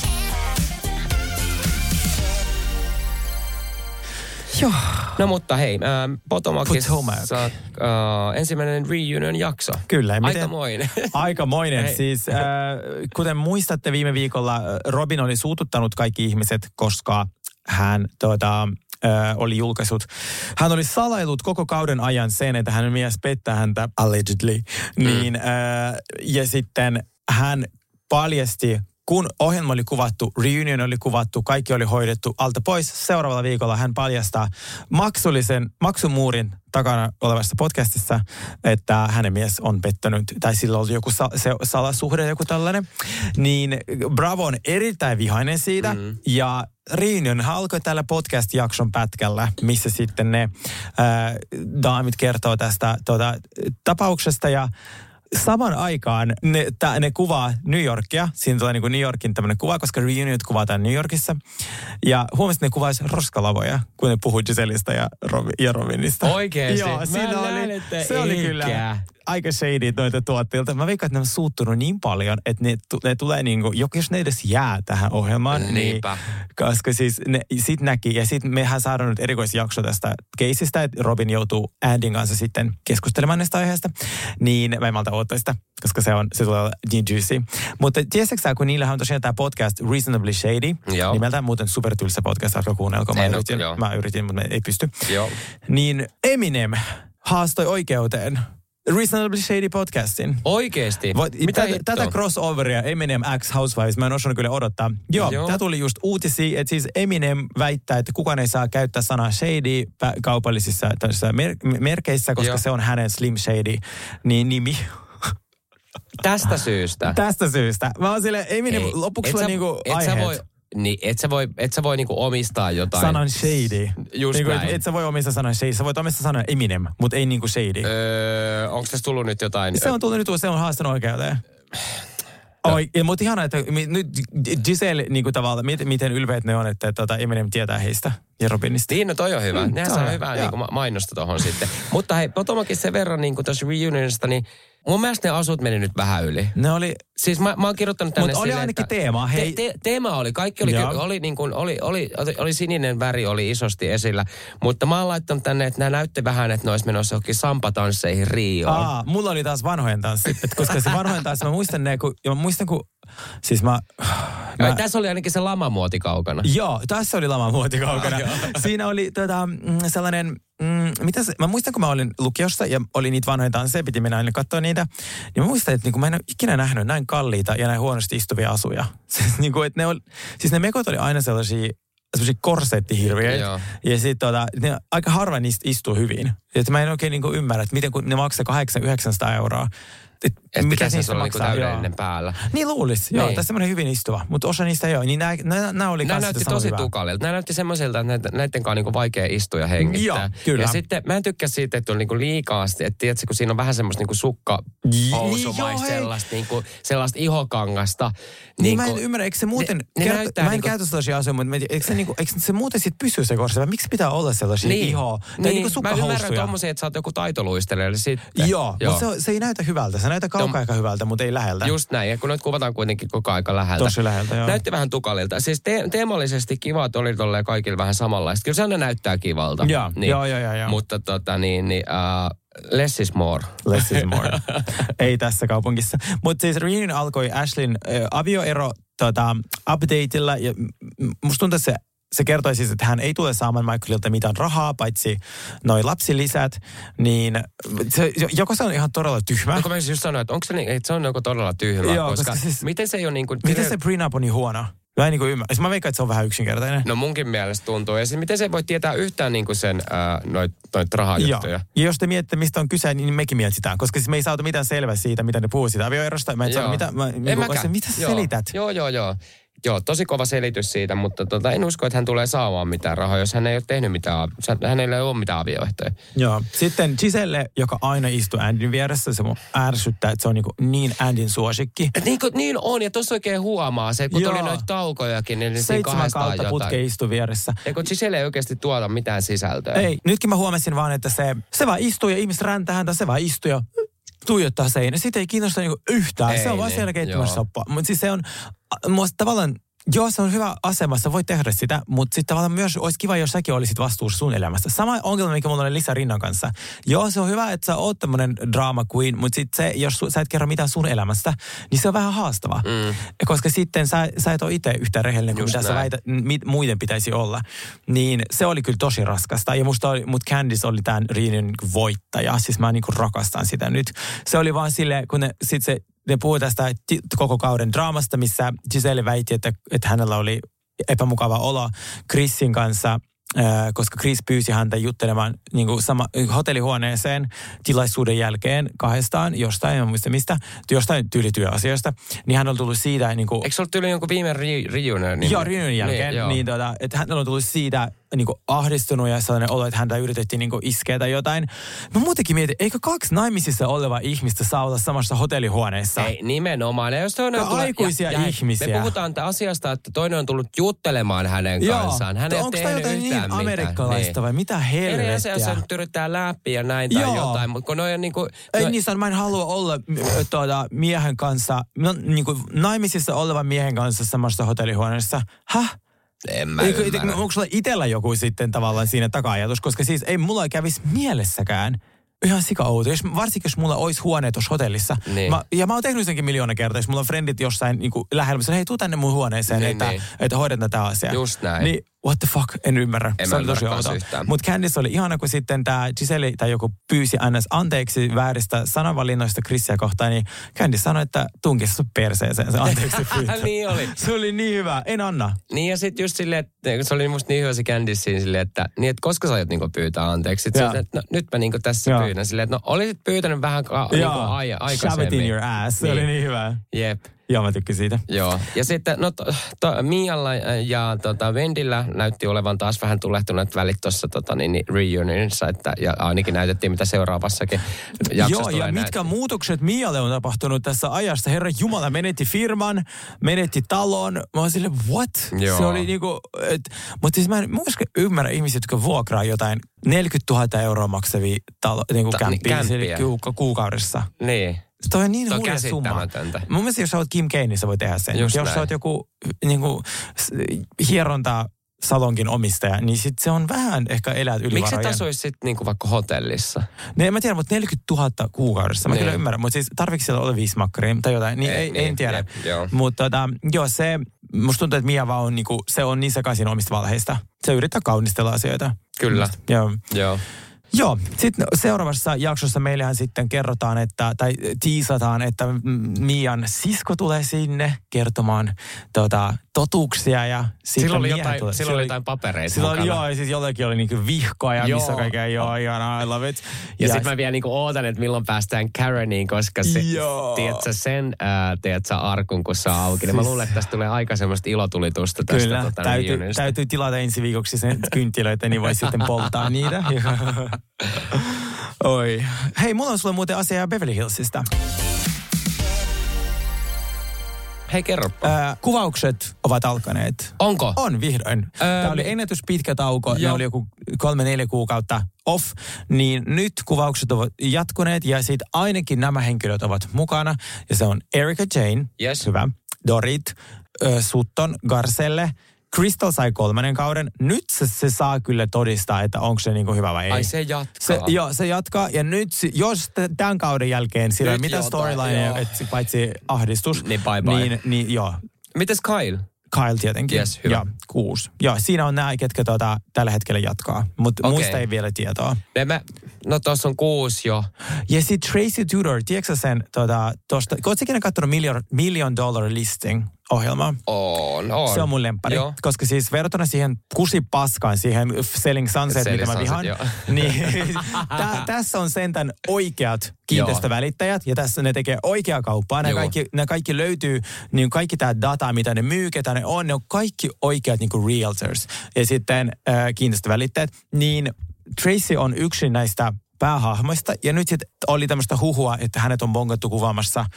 Joo. No mutta hei, äh, Potomacissa äh, ensimmäinen reunion jakso. Kyllä. Miten? Aikamoinen. Aikamoinen. Siis äh, kuten muistatte, viime viikolla Robin oli suututtanut kaikki ihmiset, koska hän tuota, äh, oli julkaissut. Hän oli salailut koko kauden ajan sen, että hänen mies pettää häntä allegedly. Mm. Niin, äh, ja sitten hän paljasti, kun ohjelma oli kuvattu, reunion oli kuvattu, kaikki oli hoidettu alta pois. Seuraavalla viikolla hän paljastaa maksullisen, maksumuurin takana olevassa podcastissa, että hänen mies on pettänyt, tai sillä oli joku sa- se salasuhde, joku tällainen. Niin Bravo on erittäin vihainen siitä, mm. ja reunion alkoi tällä podcast-jakson pätkällä, missä sitten ne äh, daamit kertoo tästä tuota, tapauksesta, ja saman aikaan ne, ta, ne kuvaa New Yorkia. Siinä tulee niin kuin New Yorkin tämmöinen kuva, koska reunionit kuvataan New Yorkissa. Ja huomasin, että ne kuvaisi roskalavoja, kun ne puhui Giselistä ja, Robi, ja Robinista. Oikeesti? Joo, siinä oli, se oli kyllä aika shady noita tuotteilta. Mä veikkaan, että ne on suuttunut niin paljon, että ne, ne tulee niinku, jos ne edes jää tähän ohjelmaan. Niinpä. Niin, koska siis ne sit näki, ja sit mehän saadaan nyt erikoisjakso tästä keisistä, että Robin joutuu Andyn kanssa sitten keskustelemaan näistä aiheesta. Niin mä en malta odottaa sitä, koska se, on, se tulee olla niin juicy. Mutta tiesitkö sä, kun niillähän on tosiaan tämä podcast Reasonably Shady, Joo. nimeltään muuten supertylsä podcast, alkaa kuunnella, mä yritin, ole, mä yritin, mutta ei pysty. Joo. Niin Eminem haastoi oikeuteen Reasonably Shady podcastin. Oikeesti? Voit, Mitä tätä, tätä crossoveria Eminem X Housewives, mä en osannut kyllä odottaa. Joo, Joo. Tämä tuli just uutisia, että siis Eminem väittää, että kukaan ei saa käyttää sanaa shady kaupallisissa mer- merkeissä, koska Joo. se on hänen Slim Shady niin nimi. Tästä syystä? Tästä syystä. Mä oon silleen, Eminem lopuksi sulla niinku aiheet. Voi, niin, et sä voi, et sä voi niinku omistaa jotain. Sanan shady. Just niinku, näin. Et, et sä voi omistaa sanan shady. Sä voit omistaa sanan Eminem, mutta ei niinku shady. Öö, onko tässä tullut nyt jotain? Se on tullut nyt, se on haastanut oikeuteen. No. Oi, mutta ihana, että nyt Giselle niinku tavallaan, miten, miten ylpeät ne on, että tota, Eminem tietää heistä ja Robinista. Niin, no toi on hyvä. Mm, Nehän saa hyvää niinku mainosta tohon sitten. Mutta hei, Potomakin sen verran niinku tuossa reunionista, niin mun mielestä ne asut meni nyt vähän yli. Ne oli... Siis mä, mä oon kirjoittanut tänne Mutta oli silleen, ainakin että teema, hei. Te, te, teema oli, kaikki oli, oli, niin kuin, oli, oli, oli sininen väri, oli isosti esillä. Mutta mä oon laittanut tänne, että nämä näytti vähän, että ne olisi menossa johonkin sampatansseihin Rioon. Aa, mulla oli taas vanhojen tanssit. Koska se vanhojen tanssi, mä muistan ne, kun, ja mä muistan kun, siis mä... mä ja tässä oli ainakin se lamamuoti kaukana. Joo, tässä oli lamamuoti kaukana. Siinä oli tota, sellainen... Mm, mitä se, mä muistan, kun mä olin lukiossa ja oli niitä vanhoja tansseja, piti mennä aina katsoa niitä, niin mä muistan, että niin mä en ole ikinä nähnyt näin kalliita ja näin huonosti istuvia asuja. Siis, niin kuin, että ne, oli, siis ne mekot oli aina sellaisia, sellaisia korsettihirviöitä. Ja sitten tota, ne aika harva niistä istuu hyvin. Että mä en oikein niin kuin ymmärrä, että miten kun ne maksaa kahdeksan yhdeksänsataa euroa. Että et mikä se on niinku täydellinen päällä. Niin luulisi, joo. Niin. Tässä semmoinen hyvin istuva. Mutta osa niistä ei ole. Niin nämä, nämä, nämä oli Nämä näytti tosi hyvä. Tukalilta. Nämä näytti semmoisilta, että näiden, näiden kanssa niinku vaikea istua ja hengittää. Joo, kyllä. Ja sitten mä en tykkää siitä, että on niinku liikaasti. Että tiedätkö, kun siinä on vähän semmoista niinku sukkahousumais, sellaista, niinku, sellaista ihokangasta. Niin, niin mä en ymmärrä, eikö se muuten... Ne, ne kert- mä en niinku... käytä sellaisia asioita, mutta eikö se, niinku, eikö se muuten sitten pysy se korse? Miksi pitää olla sellaisia niin. ihoa? Tai niin. niinku sukkahousuja? Mä ymmärrän tommosia, että sä oot joku taitoluistelija. Sitten. Joo, joo. Mutta se, se ei näytä hyvältä. Se näyttää kaukaa aika hyvältä, mutta ei läheltä. Just näin, ja kun noita kuvataan kuitenkin koko aika läheltä. Tosi läheltä, joo. Näytti vähän tukalilta. Siis te- teemallisesti kivat oli tolleen kaikille vähän samanlaista. Kyllä se aina näyttää kivalta. Joo, niin. joo, joo, joo, joo. Mutta tota niin, niin uh, less is more. Less is more. Ei tässä kaupungissa. Mutta siis reunion alkoi Ashlyn äh, avioero tota, updateilla, ja musta tuntuu, että se Se kertoi siis, että hän ei tule saamaan Michaelilta mitään rahaa, paitsi noi lapsilisät, niin se, joko se on ihan todella tyhmä. No, kun mä just sanoin, että onko se niin, että se on joko todella tyhmä, Joo, koska, koska siis, miten se ei ole niin kuin... Miten se prenup on niin huono? Mä en niin kuin ymmärrä. Mä veikkaan, että se on vähän yksinkertainen. No munkin mielestä tuntuu. Ja siis miten se voi tietää yhtään niin kuin sen äh, noit, noit rahajuttuja? Ja jos te mietitte, mistä on kyse, niin mekin mietitään. Koska siis me ei saatu mitään selvää siitä, mitä ne puhuu siitä avioerosta. Mä en saa mitä... Mä, en niin kuin, mitä sä joo. selität? Joo, joo, joo. Joo, tosi kova selitys siitä, mutta tota, en usko, että hän tulee saamaan mitään rahaa, jos hän ei ole tehnyt mitään, hänellä ei ole mitään avioehtoja. Joo, sitten Giselle, joka aina istuu Andyn vieressä, se mun ärsyttää, että se on niin, niin Andyn suosikki. Et niin, niin on, ja tuossa oikein huomaa se, kun Joo. tuli noita taukojakin, niin seitsemän kautta putke istui vieressä. Ja kun Giselle ei oikeasti tuota mitään sisältöä. Ei, nytkin mä huomasin vaan, että se, se vaan istuu ja ihmiset räntää häntä, se vaan istuu ja tuijottaa seinä. Siitä ei kiinnosta niinku yhtään. Ei, se on vaan niin, siellä keittämässä soppaa. Mutta siis se on, musta tavallaan, joo, se on hyvä asemassa, voi tehdä sitä, mutta sitten tavallaan myös olisi kiva, jos säkin olisit vastuussa sun elämästä. Sama ongelma, mikä mulla oli Lisa Rinnan kanssa. Joo, se on hyvä, että sä oot tämmönen drama queen, mutta sitten se, jos sä et kerro mitään sun elämästä, niin se on vähän haastavaa. Mm. Koska sitten sä, sä et ole itse yhtä rehellinen kuin mitä näin. Sä väität, mit, muiden pitäisi olla. Niin se oli kyllä tosi raskasta. Ja musta oli, mut Candice oli tämän reunion voittaja. Siis mä niinku rakastan sitä nyt. Se oli vaan silleen, kun ne, sit se ne puhuu tästä koko kauden draamasta, missä Giselle väitti, että, että hänellä oli epämukava olo Chrisin kanssa, koska Chris pyysi häntä juttelemaan niin kuin sama, hotellihuoneeseen tilaisuuden jälkeen kahdestaan jostain, en muista mistä, jostain tyylityöasioista. Niin hän on tullut siitä... Niin kuin, eikö se ollut tyyli jonkun viime reunion? Niin, joo, reunion jälkeen. Niin, niin tota, että hän on tullut siitä niinku ahdistunut ja sellainen olo, että häntä yritettiin niinku iskeä tai jotain. Mä muutenkin mietin, eikö kaksi naimisissa oleva ihmistä saa olla samassa hotellihuoneessa? Ei, nimenomaan. Ja jos toinen on tullut, aikuisia ja, ja ihmisiä. Me puhutaan asiasta, että toinen on tullut juttelemaan hänen Joo. kanssaan. Hän ei ole tehnyt yhtään niin mitään. amerikkalaista niin. vai mitä helvettiä? Eri asia, jos se nyt yrittää läpi ja näin tai Joo. jotain, mutta kun noi on niinku... Ei no, niissä, mä en halua olla tuota, miehen kanssa, no, niinku naimisissa olevan miehen kanssa samassa hotellihuoneessa. Häh? En mä Eikö, ymmärrä. onko sulla itsellä joku sitten tavallaan siinä taka-ajatus? Koska siis ei mulla kävisi mielessäkään. Ihan sika outo. Jos, varsinkin jos mulla olisi huone tuossa hotellissa. Niin. Mä, ja mä oon tehnyt senkin miljoona kertaa. Jos mulla on frendit jossain niin kuin lähellä, hei tuu tänne mun huoneeseen, Niin, että, niin. että hoidetaan tämä asia. Just näin. Niin what the fuck, en ymmärrä. En se oli tosi outo. Mutta Candice oli ihana, kun sitten tämä Giselle tai joku pyysi ns. Anteeksi vääristä sananvalinnoista Chrissia kohtaan, niin Candice sanoi, että tunkisi sun perseeseen se anteeksi pyytö. Niin oli. Se oli niin hyvä, en anna. Niin ja sitten just silleen, että se oli musta niin hyvä se Candice siinä silleen, että, niin, että koska sä aiot niinku pyytää anteeksi. Sitten se, että no, nyt mä niinku tässä Joo. pyydän silleen, että no olisit pyytänyt vähän ka- niinku ai- aikaisemmin. Shove it in your ass, se niin. oli niin hyvä. Jep. Joo, mä tykkäsin siitä. Joo. Ja sitten no, to, to, Mialla ja tota, Wendillä näytti olevan taas vähän tulehtuneet välit tuossa tota, niin, niin, reunionissa, että ja ainakin näytettiin, mitä seuraavassakin jaksossa Joo, tulee ja mitkä näyt- muutokset Mialle on tapahtunut tässä ajassa. Herra Jumala, menetti firman, menetti talon. Mä oon silleen, what? Joo. Se oli niinku, et, mutta siis mä en myöskään ymmärrä ihmisiä, jotka vuokraa jotain neljäkymmentätuhatta euroa maksavia talo, niinku Ta- niin, kämppiä kämppiä. ku- kuukaudessa. Niin. Toi on niin Se on hurja summa. käsittämätöntä. Mun mielestä jos sä oot Kim K, niin sä voit tehdä sen. Just Jos näin. sä oot joku niinku, s- hieronta salonkin omistaja, niin sit se on vähän ehkä elät yli Miksi varojen. et asuisi sitten niinku vaikka hotellissa? Ne, en mä tiedä, mutta neljäkymmentätuhatta kuukaudessa. Mä Niin. kyllä ymmärrän, mutta siis tarvitsi siellä olla viisi makkaria tai jotain. Niin, Ei, ei, niin, en tiedä. jep, joo. Mutta tota, joo, se, musta tuntuu, että Mia vaan on, niinku, se on niin sekaisin omista valheista. Se yrittää kaunistella asioita. Kyllä. Joo. Joo. Joo, sitten seuraavassa jaksossa meillähän sitten kerrotaan, että, tai tiisataan, että Mian sisko tulee sinne kertomaan tota, totuuksia ja sitten Silloin oli Mia jotain, tulee. silloin oli jotain papereita Silloin, mukana. joo, ja siis jollekin oli niinku vihkoa ja Joo. missä kaikkea, joo, ihan I love it. Ja, ja sitten mä vielä niinku ootan, että milloin päästään Kareniin, koska se, Joo. tiedätkö sen, ää, tiedätkö arkun, kun se on auki. Niin mä luulen, että tästä tulee aika semmoista ilotulitusta tästä. Kyllä, tota, täytyy, reunionista. täytyy tilata ensi viikoksi sen kynttilöitä, niin voi sitten polttaa niitä. Oi. Hei, mulla on sulle muuten asiaa Beverly Hillsistä. Hei, kerropa. Äh, kuvaukset ovat alkaneet. Onko? On vihdoin. Öö, Tämä oli ennätys pitkä tauko. Ne joo. oli joku kolme, neljä kuukautta off. Niin nyt kuvaukset ovat jatkuneet ja siitä ainakin nämä henkilöt ovat mukana. Ja se on Erika Jane. Yes. Hyvä. Dorit, äh, Sutton, Garcelle. Crystal sai kolmannen kauden. Nyt se, se saa kyllä todistaa, että onko se niinku hyvä vai ei. Ai se jatkaa. Se, joo, se jatkaa. Ja nyt, jos t- tämän kauden jälkeen sillä ei Nyt mitään jotain, storylineja, joo. et paitsi ahdistus. Niin bye bye. Niin, niin joo. Mites Kyle? Kyle tietenkin. Yes, hyvä. Ja kuusi. Ja siinä on nämä, ketkä tuota, tällä hetkellä jatkaa. Mutta Okei. muista ei vielä tietoa. Ne mä, no tossa on kuusi jo. Ja sitten Tracy Tudor, tiedätkö sen tuota, tosta, ootko ikinä katsonut Million, million Dollar Listing -ohjelmaa? On, on. Se on mun lemppari. Joo. Koska siis verrattuna siihen kusipaskaan, siihen Selling Sunset, Selling mitä mä vihaan, Sunset, niin tä, tässä on sentään oikeat kiinteistövälittäjät, ja tässä ne tekee oikeaa kauppaa. Ne kaikki, ne kaikki löytyy, niin kaikki tämä data, mitä ne myy, ketä ne on, ne on kaikki oikeat niin kuin realtors. Ja sitten äh, kiinteistövälittäjät, niin Tracy on yksi näistä päähahmoista. Ja nyt sitten oli tämmöistä huhua, että hänet on bongattu kuvaamassa äh,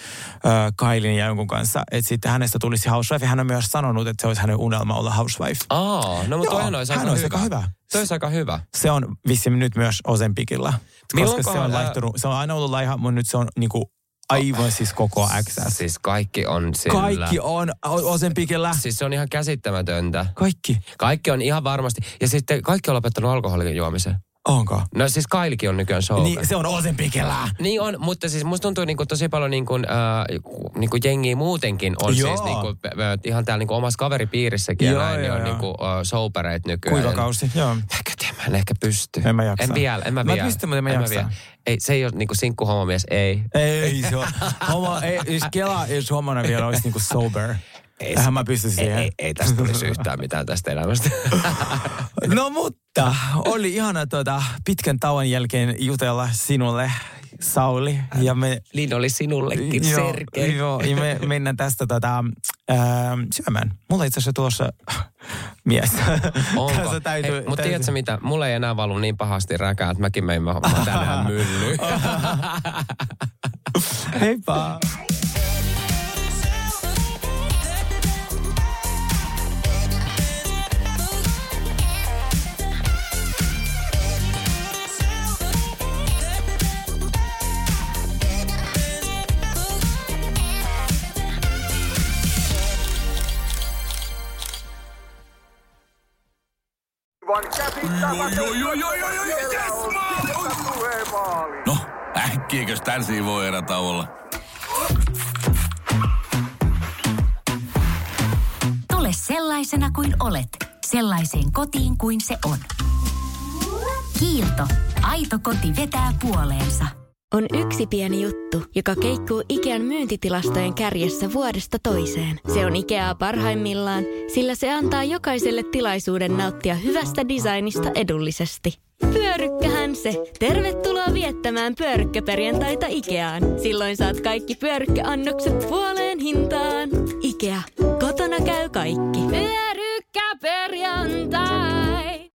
Kylin ja jonkun kanssa. Että sitten hänestä tulisi housewife. Ja hän on myös sanonut, että se olisi hänen unelma olla housewife. Aa, no mutta toihan olisi hän aika olisi hyvä. aika hyvä. Se olisi aika hyvä. Se on vissiin nyt myös Ozempicilla. Koska se on, laittunut, se on aina ollut laiha, mutta nyt se on niinku aivan siis koko X S. Siis kaikki on sillä. Kaikki on Ozempicilla. Siis se on ihan käsittämätöntä. Kaikki. Kaikki on ihan varmasti. Ja sitten kaikki on lopettanut alkoholin juomisen. Onko? No siis Kylekin on nykyään show. Niin, se on Ozempicilla. Niin on, mutta siis musta tuntuu niinku tosi paljon niinku, äh, niinku jengiä muutenkin on Joo. siis niinku, äh, ihan täällä niinku omassa kaveripiirissäkin Joo, ja näin, niin joo, on joo. niinku äh, sobereit nykyään. Kuivakausi, joo. Mä en tiedä, mä en ehkä pysty. En mä jaksa. En vielä, en mä, Mä vielä. pystyn, mutta en mä En jaksa. vielä. Ei, se ei ole niinku sinkkuhomomies, ei. Ei se on. Homo, ei, jos Kela, jos homona vielä olisi niinku sober. Ei, Tähän mä pystyn ei, siihen. ei, ei tästä tulisi yhtään mitään tästä elämästä. No mutta, oli ihana tuota, pitkän tauon jälkeen jutella sinulle. Sauli. Ja me, Niin oli sinullekin, joo, Sergei. Joo, ja me mennään tästä tota, ää, syömään. Mulla itse asiassa tuossa mies. Onko? täytyy, Hei, mutta täytyy. tiedätkö mitä? Mulla ei enää valu niin pahasti räkää, että mäkin menen tänään myllyyn. Heippa! No, äkkiäkös tän siivoo erätauolla? Tule sellaisena kuin olet, sellaiseen kotiin kuin se on. Kiilto. Aito koti vetää puoleensa. On yksi pieni juttu, joka keikkuu Ikean myyntitilastojen kärjessä vuodesta toiseen. Se on Ikeaa parhaimmillaan, sillä se antaa jokaiselle tilaisuuden nauttia hyvästä designista edullisesti. Pyörykkähän se! Tervetuloa viettämään pyörykkäperjantaita Ikeaan. Silloin saat kaikki pyörykkäannokset puoleen hintaan. Ikea. Kotona käy kaikki. Pyörykkäperjantai!